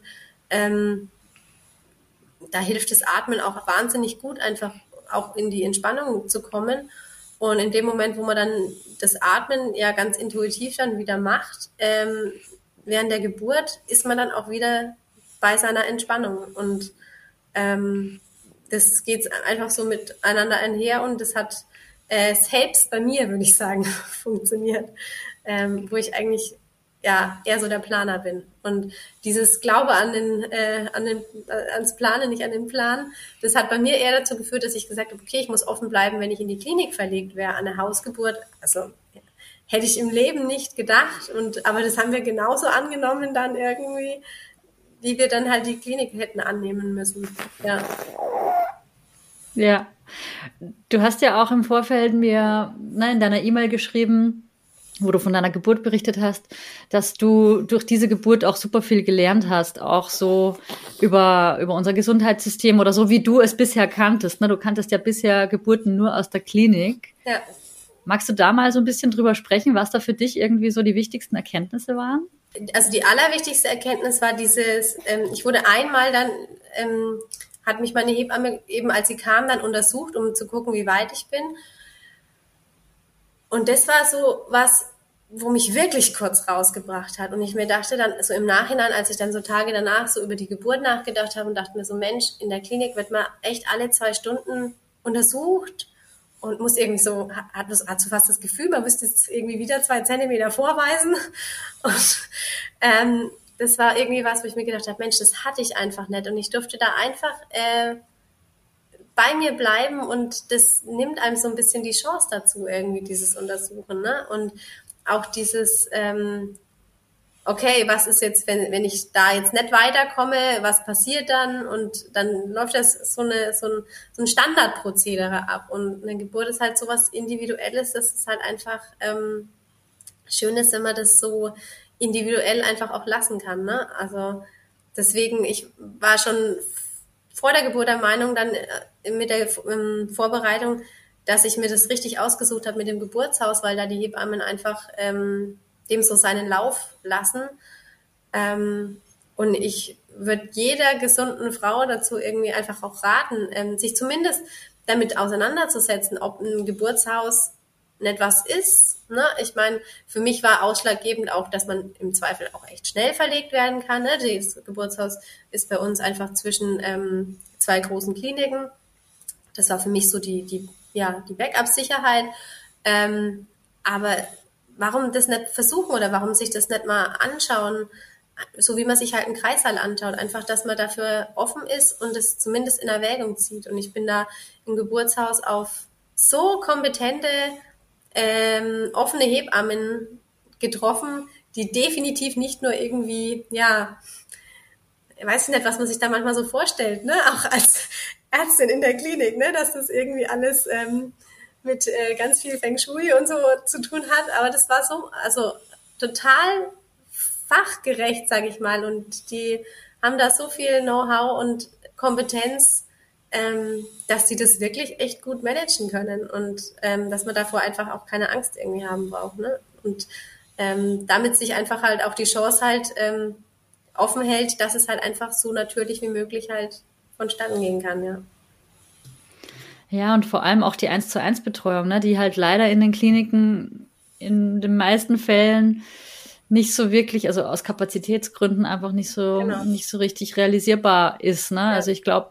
da hilft das Atmen auch wahnsinnig gut, einfach auch in die Entspannung zu kommen. Und in dem Moment, wo man dann das Atmen ja ganz intuitiv dann wieder macht, während der Geburt, ist man dann auch wieder bei seiner Entspannung. Und das geht einfach so miteinander einher und das hat selbst bei mir, würde ich sagen, funktioniert, wo ich eigentlich ja eher so der Planer bin. Und dieses Glaube ans Planen, nicht an den Plan, das hat bei mir eher dazu geführt, dass ich gesagt habe, okay, ich muss offen bleiben, wenn ich in die Klinik verlegt wäre, an eine Hausgeburt. Also hätte ich im Leben nicht gedacht. Aber das haben wir genauso angenommen dann irgendwie, wie wir dann halt die Klinik hätten annehmen müssen. Ja. Ja. Du hast ja auch im Vorfeld mir in deiner E-Mail geschrieben, wo du von deiner Geburt berichtet hast, dass du durch diese Geburt auch super viel gelernt hast, auch so über unser Gesundheitssystem oder so, wie du es bisher kanntest. Ne? Du kanntest ja bisher Geburten nur aus der Klinik. Ja. Magst du da mal so ein bisschen drüber sprechen, was da für dich irgendwie so die wichtigsten Erkenntnisse waren? Also die allerwichtigste Erkenntnis war dieses, ich wurde einmal dann, hat mich meine Hebamme eben, als sie kam, dann untersucht, um zu gucken, wie weit ich bin. Und das war so was, wo mich wirklich kurz rausgebracht hat. Und ich mir dachte dann so im Nachhinein, als ich dann so Tage danach so über die Geburt nachgedacht habe und dachte mir so, Mensch, in der Klinik wird man echt alle 2 Stunden untersucht und muss irgendwie so, hat so fast das Gefühl, man müsste jetzt irgendwie wieder 2 Zentimeter vorweisen. Und das war irgendwie was, wo ich mir gedacht habe, Mensch, das hatte ich einfach nicht. Und ich durfte da einfach bei mir bleiben und das nimmt einem so ein bisschen die Chance dazu, irgendwie dieses Untersuchen, ne? Und auch dieses, okay, was ist jetzt, wenn ich da jetzt nicht weiterkomme, was passiert dann? Und dann läuft das so ein Standardprozedere ab. Und eine Geburt ist halt so was Individuelles, das ist halt einfach schön ist, wenn man das so individuell einfach auch lassen kann, ne? Also deswegen, ich war schon vor der Geburt der Meinung dann mit der Vorbereitung, dass ich mir das richtig ausgesucht habe mit dem Geburtshaus, weil da die Hebammen einfach dem so seinen Lauf lassen. Und ich würde jeder gesunden Frau dazu irgendwie einfach auch raten, sich zumindest damit auseinanderzusetzen, ob ein Geburtshaus nicht was ist. Ne? Ich meine, für mich war ausschlaggebend auch, dass man im Zweifel auch echt schnell verlegt werden kann. Ne? Das Geburtshaus ist bei uns einfach zwischen 2 großen Kliniken. Das war für mich so die Backup-Sicherheit. Aber warum das nicht versuchen oder warum sich das nicht mal anschauen, so wie man sich halt einen Kreissaal anschaut, einfach, dass man dafür offen ist und es zumindest in Erwägung zieht. Und ich bin da im Geburtshaus auf so kompetente, offene Hebammen getroffen, die definitiv nicht nur irgendwie, ja, ich weiß nicht, was man sich da manchmal so vorstellt, ne, auch als Ärztin in der Klinik, ne, dass das irgendwie alles mit ganz viel Feng Shui und so zu tun hat, aber das war so, also total fachgerecht, sage ich mal, und die haben da so viel Know-how und Kompetenz, dass die das wirklich echt gut managen können und dass man davor einfach auch keine Angst irgendwie haben braucht, ne? Und damit sich einfach halt auch die Chance halt offen hält, dass es halt einfach so natürlich wie möglich halt vonstatten gehen kann, ja. Ja, und vor allem auch die 1:1 Betreuung, ne, die halt leider in den Kliniken in den meisten Fällen nicht so wirklich, also aus Kapazitätsgründen einfach nicht so richtig realisierbar ist, ne? Ja. Also ich glaube,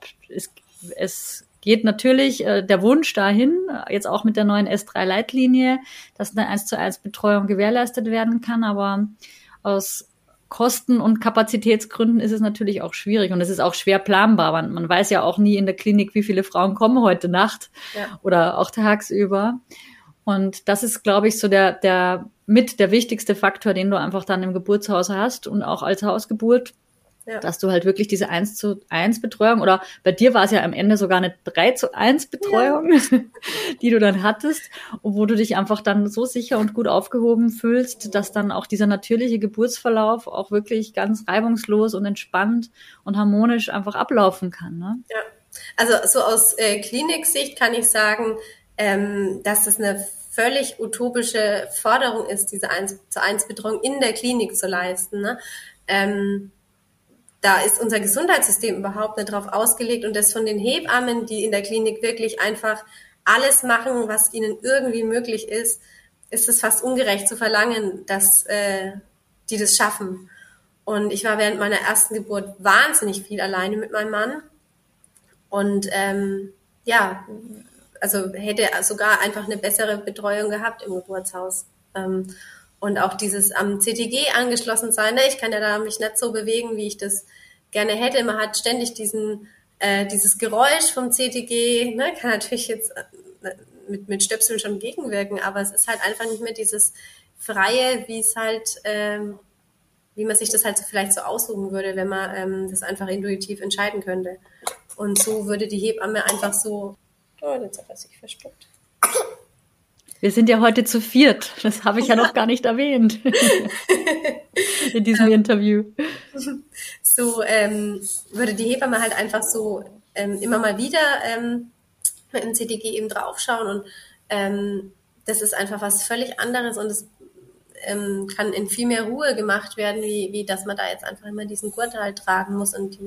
es geht natürlich der Wunsch dahin, jetzt auch mit der neuen S3-Leitlinie, dass eine 1:1 Betreuung gewährleistet werden kann, aber aus Kosten- und Kapazitätsgründen ist es natürlich auch schwierig und es ist auch schwer planbar. Man weiß ja auch nie in der Klinik, wie viele Frauen kommen heute Nacht oder auch tagsüber. Und das ist, glaube ich, so der wichtigste Faktor, den du einfach dann im Geburtshaus hast und auch als Hausgeburt, dass du halt wirklich diese 1:1 Betreuung oder bei dir war es ja am Ende sogar eine 3:1 Betreuung, die du dann hattest und wo du dich einfach dann so sicher und gut aufgehoben fühlst, dass dann auch dieser natürliche Geburtsverlauf auch wirklich ganz reibungslos und entspannt und harmonisch einfach ablaufen kann, ne? Ja, also so aus Kliniksicht kann ich sagen, dass das eine völlig utopische Forderung ist, diese 1:1 Betreuung in der Klinik zu leisten, ne? Da ist unser Gesundheitssystem überhaupt nicht drauf ausgelegt und das von den Hebammen, die in der Klinik wirklich einfach alles machen, was ihnen irgendwie möglich ist, ist es fast ungerecht zu verlangen, dass die das schaffen. Und ich war während meiner ersten Geburt wahnsinnig viel alleine mit meinem Mann. Und also hätte sogar einfach eine bessere Betreuung gehabt im Geburtshaus. Und auch dieses am CTG angeschlossen sein, ne? Ich kann ja da mich nicht so bewegen, wie ich das gerne hätte. Man hat ständig dieses Geräusch vom CTG, ne? Kann natürlich jetzt mit Stöpseln schon gegenwirken, aber es ist halt einfach nicht mehr dieses Freie, wie es halt, wie man sich das halt so vielleicht so aussuchen würde, wenn man das einfach intuitiv entscheiden könnte. Und so würde die Hebamme einfach so, jetzt hat er sich verstoppt. Wir sind ja heute zu viert. Das habe ich ja noch gar nicht erwähnt in diesem Interview. So würde die Hebamme halt einfach so immer mal wieder mit dem CTG eben draufschauen und das ist einfach was völlig anderes und es kann in viel mehr Ruhe gemacht werden, wie dass man da jetzt einfach immer diesen Gurt halt tragen muss und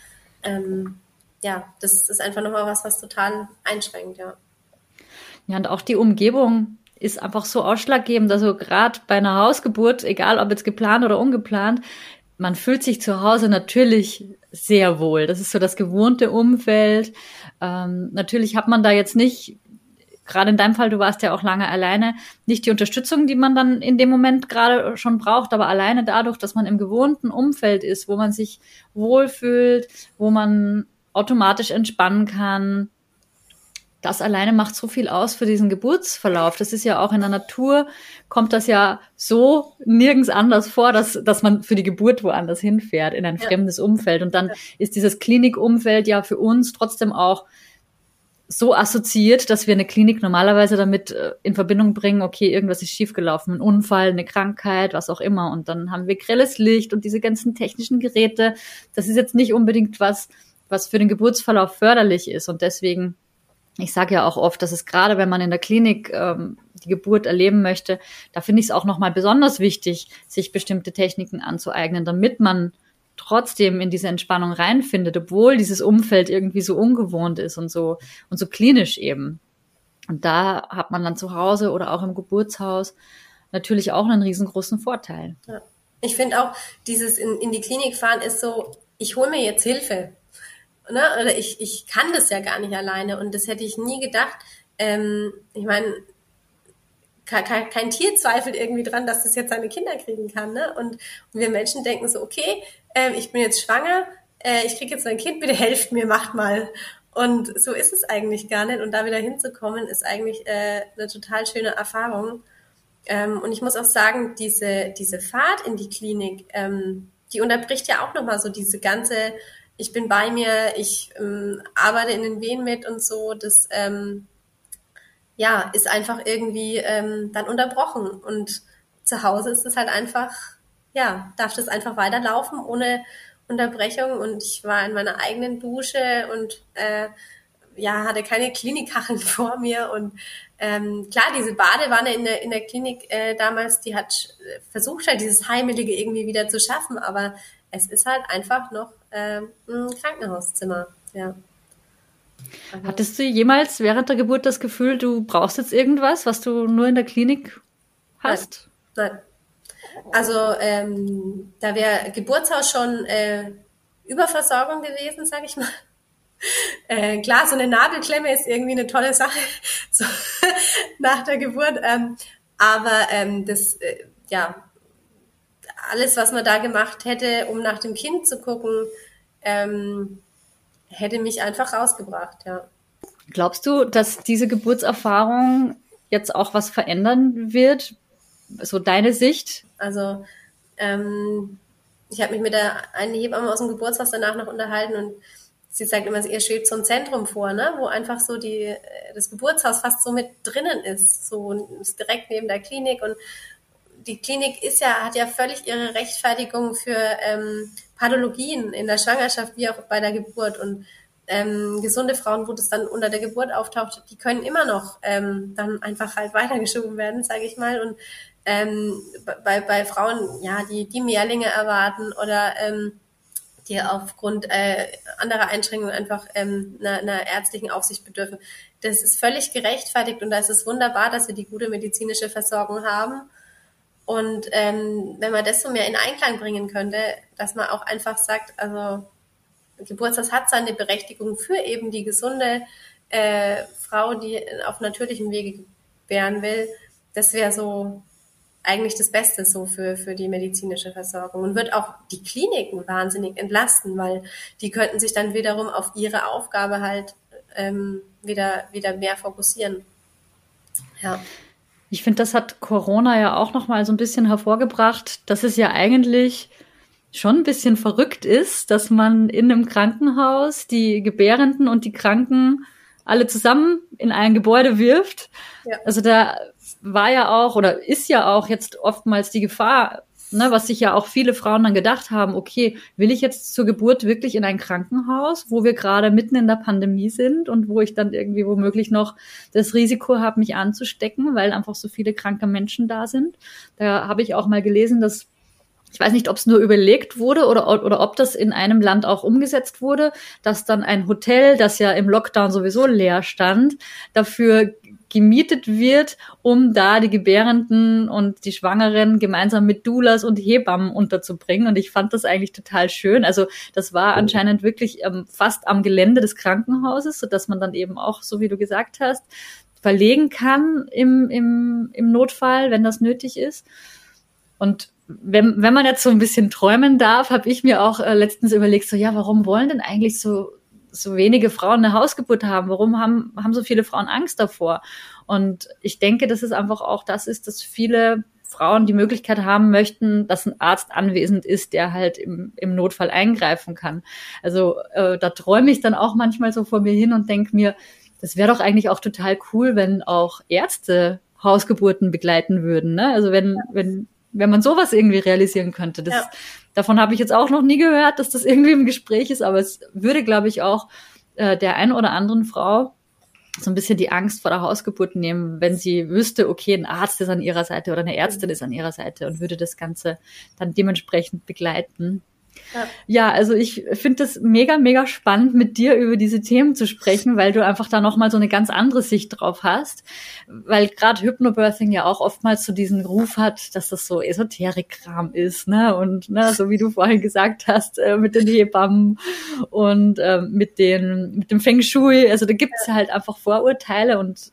das ist einfach nochmal was total einschränkt, ja. Ja, und auch die Umgebung ist einfach so ausschlaggebend. Also gerade bei einer Hausgeburt, egal ob jetzt geplant oder ungeplant, man fühlt sich zu Hause natürlich sehr wohl. Das ist so das gewohnte Umfeld. Natürlich hat man da jetzt nicht, gerade in deinem Fall, du warst ja auch lange alleine, nicht die Unterstützung, die man dann in dem Moment gerade schon braucht, aber alleine dadurch, dass man im gewohnten Umfeld ist, wo man sich wohlfühlt, wo man automatisch entspannen kann, das alleine macht so viel aus für diesen Geburtsverlauf. Das ist ja auch in der Natur, kommt das ja so nirgends anders vor, dass man für die Geburt woanders hinfährt, in ein fremdes Umfeld. Und dann ist dieses Klinikumfeld ja für uns trotzdem auch so assoziiert, dass wir eine Klinik normalerweise damit in Verbindung bringen, okay, irgendwas ist schiefgelaufen, ein Unfall, eine Krankheit, was auch immer. Und dann haben wir grelles Licht und diese ganzen technischen Geräte. Das ist jetzt nicht unbedingt was für den Geburtsverlauf förderlich ist. Und deswegen, ich sage ja auch oft, dass es gerade, wenn man in der Klinik die Geburt erleben möchte, da finde ich es auch nochmal besonders wichtig, sich bestimmte Techniken anzueignen, damit man trotzdem in diese Entspannung reinfindet, obwohl dieses Umfeld irgendwie so ungewohnt ist und so klinisch eben. Und da hat man dann zu Hause oder auch im Geburtshaus natürlich auch einen riesengroßen Vorteil. Ja. Ich finde auch, dieses in die Klinik fahren ist so, ich hole mir jetzt Hilfe. Ne? Oder ich kann das ja gar nicht alleine und das hätte ich nie gedacht. Ich meine, kein Tier zweifelt irgendwie dran, dass das jetzt seine Kinder kriegen kann. Ne? Und wir Menschen denken so, okay, ich bin jetzt schwanger, ich kriege jetzt ein Kind, bitte helft mir, macht mal. Und so ist es eigentlich gar nicht. Und da wieder hinzukommen, ist eigentlich eine total schöne Erfahrung. Und ich muss auch sagen, diese Fahrt in die Klinik, die unterbricht ja auch nochmal so diese ganze, ich bin bei mir, ich arbeite in den Wehen mit und so, das ist einfach irgendwie dann unterbrochen. Und zu Hause ist es halt einfach, darf das einfach weiterlaufen ohne Unterbrechung. Und ich war in meiner eigenen Dusche und hatte keine Klinikkacheln vor mir. Und klar, diese Badewanne in der Klinik damals, die hat versucht halt dieses Heimelige irgendwie wieder zu schaffen, aber es ist halt einfach noch ein Krankenhauszimmer, ja. Hattest du jemals während der Geburt das Gefühl, du brauchst jetzt irgendwas, was du nur in der Klinik hast? Nein. Also da wäre Geburtshaus schon Überversorgung gewesen, sag ich mal. Klar, so eine Nabelklemme ist irgendwie eine tolle Sache so, nach der Geburt. Aber alles, was man da gemacht hätte, um nach dem Kind zu gucken, hätte mich einfach rausgebracht, ja. Glaubst du, dass diese Geburtserfahrung jetzt auch was verändern wird? So deine Sicht? Also ich habe mich mit einer Hebamme aus dem Geburtshaus danach noch unterhalten und sie sagt immer, ihr schwebt so ein Zentrum vor, ne, wo einfach so das Geburtshaus fast so mit drinnen ist, so ist direkt neben der Klinik und die Klinik hat ja völlig ihre Rechtfertigung für Pathologien in der Schwangerschaft wie auch bei der Geburt und gesunde Frauen, wo das dann unter der Geburt auftaucht, die können immer noch dann einfach halt weitergeschoben werden, sage ich mal. Und bei Frauen, ja, die Mehrlinge erwarten oder die aufgrund anderer Einschränkungen einfach einer ärztlichen Aufsicht bedürfen. Das ist völlig gerechtfertigt und da ist es wunderbar, dass wir die gute medizinische Versorgung haben. Und wenn man das so mehr in Einklang bringen könnte, dass man auch einfach sagt, also Geburtshaus hat seine Berechtigung für eben die gesunde Frau, die auf natürlichem Wege gebären will, das wäre so eigentlich das Beste so für die medizinische Versorgung und wird auch die Kliniken wahnsinnig entlasten, weil die könnten sich dann wiederum auf ihre Aufgabe halt wieder mehr fokussieren. Ja. Ich finde, das hat Corona ja auch noch mal so ein bisschen hervorgebracht, dass es ja eigentlich schon ein bisschen verrückt ist, dass man in einem Krankenhaus die Gebärenden und die Kranken alle zusammen in ein Gebäude wirft. Ja. Also da war ja auch oder ist ja auch jetzt oftmals die Gefahr, ne, was sich ja auch viele Frauen dann gedacht haben, okay, will ich jetzt zur Geburt wirklich in ein Krankenhaus, wo wir gerade mitten in der Pandemie sind und wo ich dann irgendwie womöglich noch das Risiko habe, mich anzustecken, weil einfach so viele kranke Menschen da sind. Da habe ich auch mal gelesen, dass ich weiß nicht, ob es nur überlegt wurde oder ob das in einem Land auch umgesetzt wurde, dass dann ein Hotel, das ja im Lockdown sowieso leer stand, dafür gemietet wird, um da die Gebärenden und die Schwangeren gemeinsam mit Doulas und Hebammen unterzubringen. Und ich fand das eigentlich total schön. Also das war anscheinend wirklich fast am Gelände des Krankenhauses, sodass man dann eben auch, so wie du gesagt hast, verlegen kann im Notfall, wenn das nötig ist. Und wenn man jetzt so ein bisschen träumen darf, habe ich mir auch letztens überlegt, so ja, warum wollen denn eigentlich so wenige Frauen eine Hausgeburt haben? Warum haben so viele Frauen Angst davor? Und ich denke, dass es einfach auch das ist, dass viele Frauen die Möglichkeit haben möchten, dass ein Arzt anwesend ist, der halt im Notfall eingreifen kann. Also da träume ich dann auch manchmal so vor mir hin und denke mir, das wäre doch eigentlich auch total cool, wenn auch Ärzte Hausgeburten begleiten würden, ne? Also wenn man sowas irgendwie realisieren könnte. Davon habe ich jetzt auch noch nie gehört, dass das irgendwie im Gespräch ist, aber es würde, glaube ich, auch der einen oder anderen Frau so ein bisschen die Angst vor der Hausgeburt nehmen, wenn sie wüsste, okay, ein Arzt ist an ihrer Seite oder eine Ärztin ist an ihrer Seite und würde das Ganze dann dementsprechend begleiten. Ja, also ich finde das mega, mega spannend, mit dir über diese Themen zu sprechen, weil du einfach da nochmal so eine ganz andere Sicht drauf hast. Weil gerade Hypnobirthing ja auch oftmals so diesen Ruf hat, dass das so Esoterik-Kram ist, ne? Und ne, so wie du vorhin gesagt hast, mit den Hebammen und mit dem Feng Shui. Also da gibt's halt einfach Vorurteile und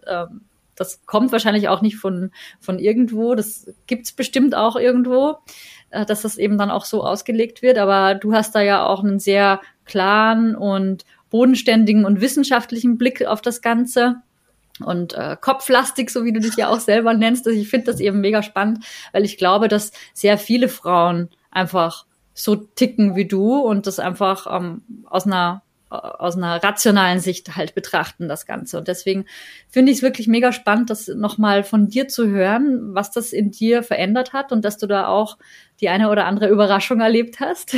das kommt wahrscheinlich auch nicht von irgendwo. Das gibt's bestimmt auch irgendwo, dass das eben dann auch so ausgelegt wird. Aber du hast da ja auch einen sehr klaren und bodenständigen und wissenschaftlichen Blick auf das Ganze und kopflastig, so wie du dich ja auch selber nennst. Also ich finde das eben mega spannend, weil ich glaube, dass sehr viele Frauen einfach so ticken wie du und das einfach aus einer rationalen Sicht halt betrachten, das Ganze. Und deswegen finde ich es wirklich mega spannend, das nochmal von dir zu hören, was das in dir verändert hat und dass du da auch die eine oder andere Überraschung erlebt hast.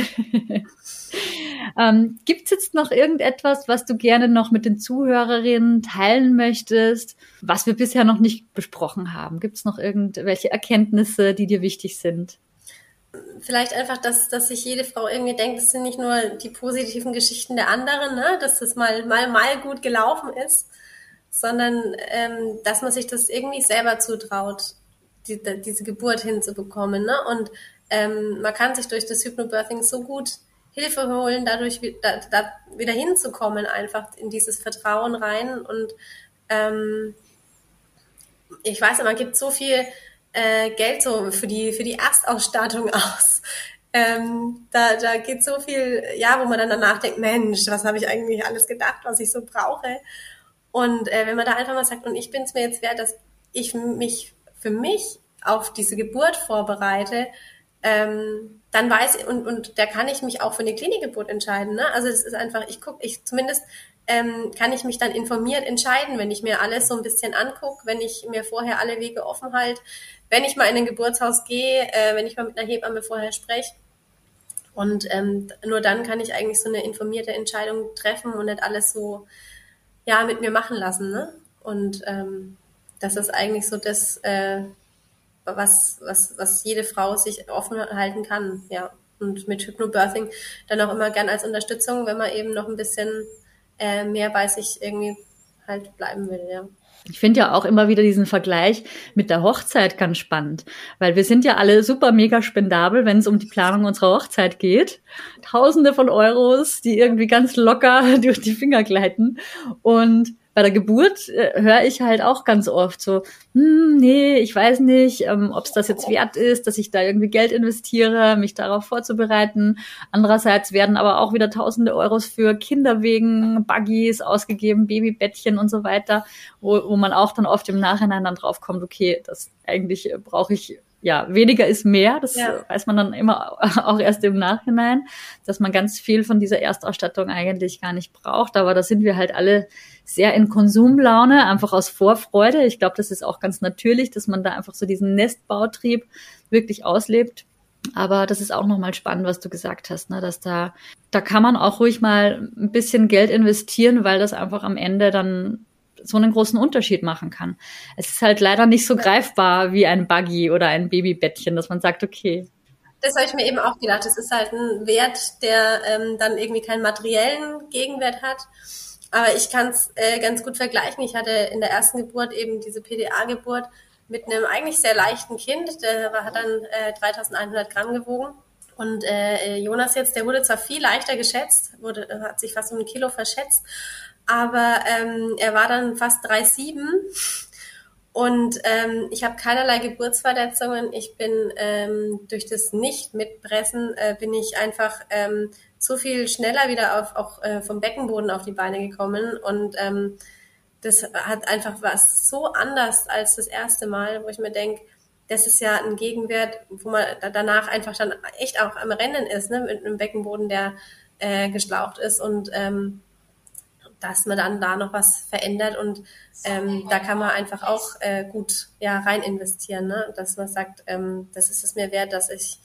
Gibt's jetzt noch irgendetwas, was du gerne noch mit den Zuhörerinnen teilen möchtest, was wir bisher noch nicht besprochen haben? Gibt's noch irgendwelche Erkenntnisse, die dir wichtig sind? Vielleicht einfach, dass sich jede Frau irgendwie denkt, es sind nicht nur die positiven Geschichten der anderen, ne? Dass das mal gut gelaufen ist, sondern dass man sich das irgendwie selber zutraut, diese Geburt hinzubekommen. Ne? Und man kann sich durch das Hypnobirthing so gut Hilfe holen, dadurch da wieder hinzukommen, einfach in dieses Vertrauen rein. Und ich weiß, man gibt so viel Geld so für die Erstausstattung aus. Da geht so viel, ja, wo man dann danach denkt, Mensch, was habe ich eigentlich alles gedacht, was ich so brauche. Und wenn man da einfach mal sagt, und ich bin es mir jetzt wert, dass ich mich für mich auf diese Geburt vorbereite, dann weiß und da kann ich mich auch für eine Klinikgeburt entscheiden. Ne? Also es ist einfach, zumindest kann ich mich dann informiert entscheiden, wenn ich mir alles so ein bisschen angucke, wenn ich mir vorher alle Wege offen halte, wenn ich mal in ein Geburtshaus gehe, wenn ich mal mit einer Hebamme vorher spreche. Und nur dann kann ich eigentlich so eine informierte Entscheidung treffen und nicht alles so mit mir machen lassen. Ne? Und das ist eigentlich so das, was jede Frau sich offen halten kann, ja. Und mit Hypnobirthing dann auch immer gern als Unterstützung, wenn man eben noch ein bisschen mehr bei sich irgendwie halt bleiben will, ja. Ich finde ja auch immer wieder diesen Vergleich mit der Hochzeit ganz spannend, weil wir sind ja alle super mega spendabel, wenn es um die Planung unserer Hochzeit geht. Tausende von Euros, die irgendwie ganz locker durch die Finger gleiten. Und bei der Geburt höre ich halt auch ganz oft so, nee, ich weiß nicht, ob es das jetzt wert ist, dass ich da irgendwie Geld investiere, mich darauf vorzubereiten. Andererseits werden aber auch wieder tausende Euros für Kinderwegen, Buggies ausgegeben, Babybettchen und so weiter, wo man auch dann oft im Nachhinein dann drauf kommt, okay, das eigentlich brauche ich, ja, weniger ist mehr, das weiß man dann immer auch erst im Nachhinein, dass man ganz viel von dieser Erstausstattung eigentlich gar nicht braucht, aber da sind wir halt alle sehr in Konsumlaune, einfach aus Vorfreude. Ich glaube, das ist auch ganz natürlich, dass man da einfach so diesen Nestbautrieb wirklich auslebt. Aber das ist auch nochmal spannend, was du gesagt hast, ne? Dass da kann man auch ruhig mal ein bisschen Geld investieren, weil das einfach am Ende dann so einen großen Unterschied machen kann. Es ist halt leider nicht so greifbar wie ein Buggy oder ein Babybettchen, dass man sagt, okay. Das habe ich mir eben auch gedacht. Das ist halt ein Wert, der dann irgendwie keinen materiellen Gegenwert hat. Aber ich kann es ganz gut vergleichen. Ich hatte in der ersten Geburt eben diese PDA-Geburt mit einem eigentlich sehr leichten Kind. Der hat dann 3.100 Gramm gewogen. Und Jonas jetzt, der wurde zwar viel leichter geschätzt, hat sich fast um 1 Kilo verschätzt, aber er war dann fast 3,7 und ich habe keinerlei Geburtsverletzungen. Ich bin durch das Nicht-Mitpressen bin ich einfach so viel schneller wieder auch vom Beckenboden auf die Beine gekommen und das hat einfach was so anders als das erste Mal, wo ich mir denke, das ist ja ein Gegenwert, wo man danach einfach dann echt auch am Rennen ist, ne, mit einem Beckenboden, der geschlaucht ist und dass man dann da noch was verändert und da kann man einfach auch gut rein investieren, ne? Dass man sagt, das ist es mir wert, dass ich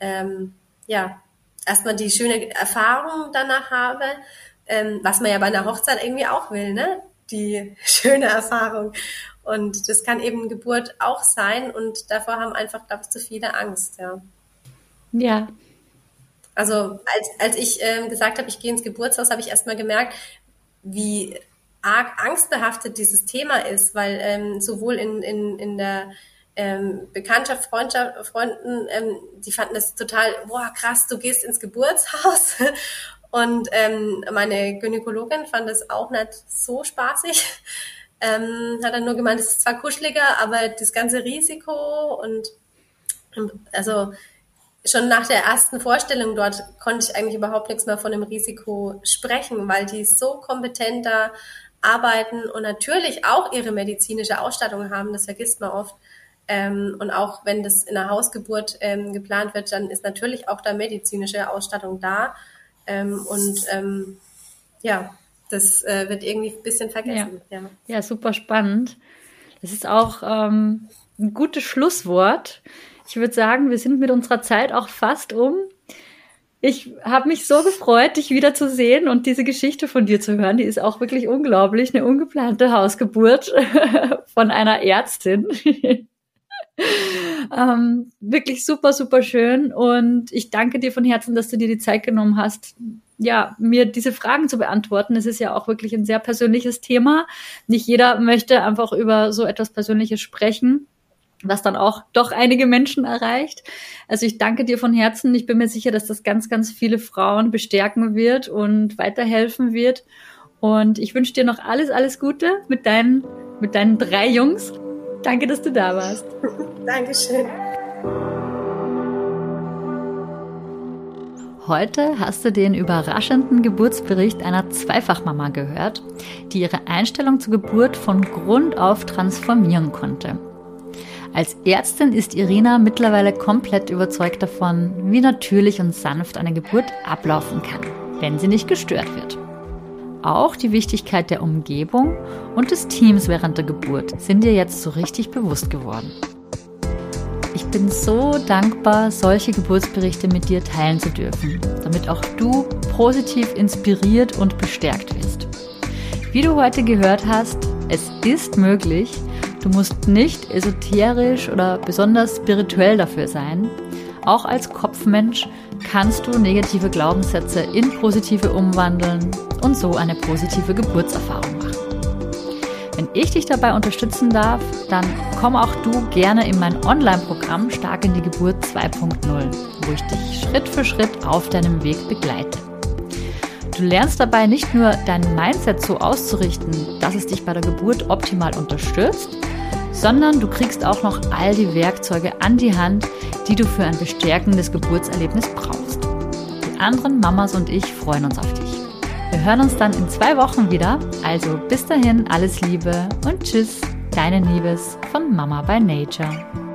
erstmal die schöne Erfahrung danach habe, was man ja bei einer Hochzeit irgendwie auch will, ne? Die schöne Erfahrung. Und das kann eben Geburt auch sein und davor haben einfach, glaube ich, zu viele Angst, ja. Ja. Also als ich gesagt habe, ich gehe ins Geburtshaus, habe ich erstmal gemerkt, wie arg angstbehaftet dieses Thema ist, weil sowohl in der Bekanntschaft, Freunden, die fanden das total, boah, krass, du gehst ins Geburtshaus. Und meine Gynäkologin fand das auch nicht so spaßig. Hat dann nur gemeint, es ist zwar kuscheliger, aber das ganze Risiko und also schon nach der ersten Vorstellung dort konnte ich eigentlich überhaupt nichts mehr von dem Risiko sprechen, weil die so kompetent da arbeiten und natürlich auch ihre medizinische Ausstattung haben, das vergisst man oft. Und auch wenn das in einer Hausgeburt geplant wird, dann ist natürlich auch da medizinische Ausstattung da. Das wird irgendwie ein bisschen vergessen. Ja, super spannend. Das ist auch ein gutes Schlusswort. Ich würde sagen, wir sind mit unserer Zeit auch fast um. Ich habe mich so gefreut, dich wiederzusehen und diese Geschichte von dir zu hören. Die ist auch wirklich unglaublich, eine ungeplante Hausgeburt von einer Ärztin. Wirklich super, super schön und ich danke dir von Herzen, dass du dir die Zeit genommen hast, ja, mir diese Fragen zu beantworten. Es ist ja auch wirklich ein sehr persönliches Thema. Nicht jeder möchte einfach über so etwas Persönliches sprechen, was dann auch doch einige Menschen erreicht. Also ich danke dir von Herzen. Ich bin mir sicher, dass das ganz, ganz viele Frauen bestärken wird und weiterhelfen wird. Und ich wünsche dir noch alles, alles Gute mit deinen 3 Jungs. Danke, dass du da warst. Dankeschön. Heute hast du den überraschenden Geburtsbericht einer Zweifachmama gehört, die ihre Einstellung zur Geburt von Grund auf transformieren konnte. Als Ärztin ist Irina mittlerweile komplett überzeugt davon, wie natürlich und sanft eine Geburt ablaufen kann, wenn sie nicht gestört wird. Auch die Wichtigkeit der Umgebung und des Teams während der Geburt sind dir jetzt so richtig bewusst geworden. Ich bin so dankbar, solche Geburtsberichte mit dir teilen zu dürfen, damit auch du positiv inspiriert und bestärkt wirst. Wie du heute gehört hast, es ist möglich. Du musst nicht esoterisch oder besonders spirituell dafür sein. auch als Kopfmensch kannst du negative Glaubenssätze in positive umwandeln und so eine positive Geburtserfahrung machen. Wenn ich dich dabei unterstützen darf, dann komm auch du gerne in mein Online-Programm Stark in die Geburt 2.0, wo ich dich Schritt für Schritt auf deinem Weg begleite. Du lernst dabei nicht nur dein Mindset so auszurichten, dass es dich bei der Geburt optimal unterstützt, sondern du kriegst auch noch all die Werkzeuge an die Hand, die du für ein bestärkendes Geburtserlebnis brauchst. Die anderen Mamas und ich freuen uns auf dich. Wir hören uns dann in 2 Wochen wieder, also bis dahin alles Liebe und tschüss, deine Liebes von Mama by Nature.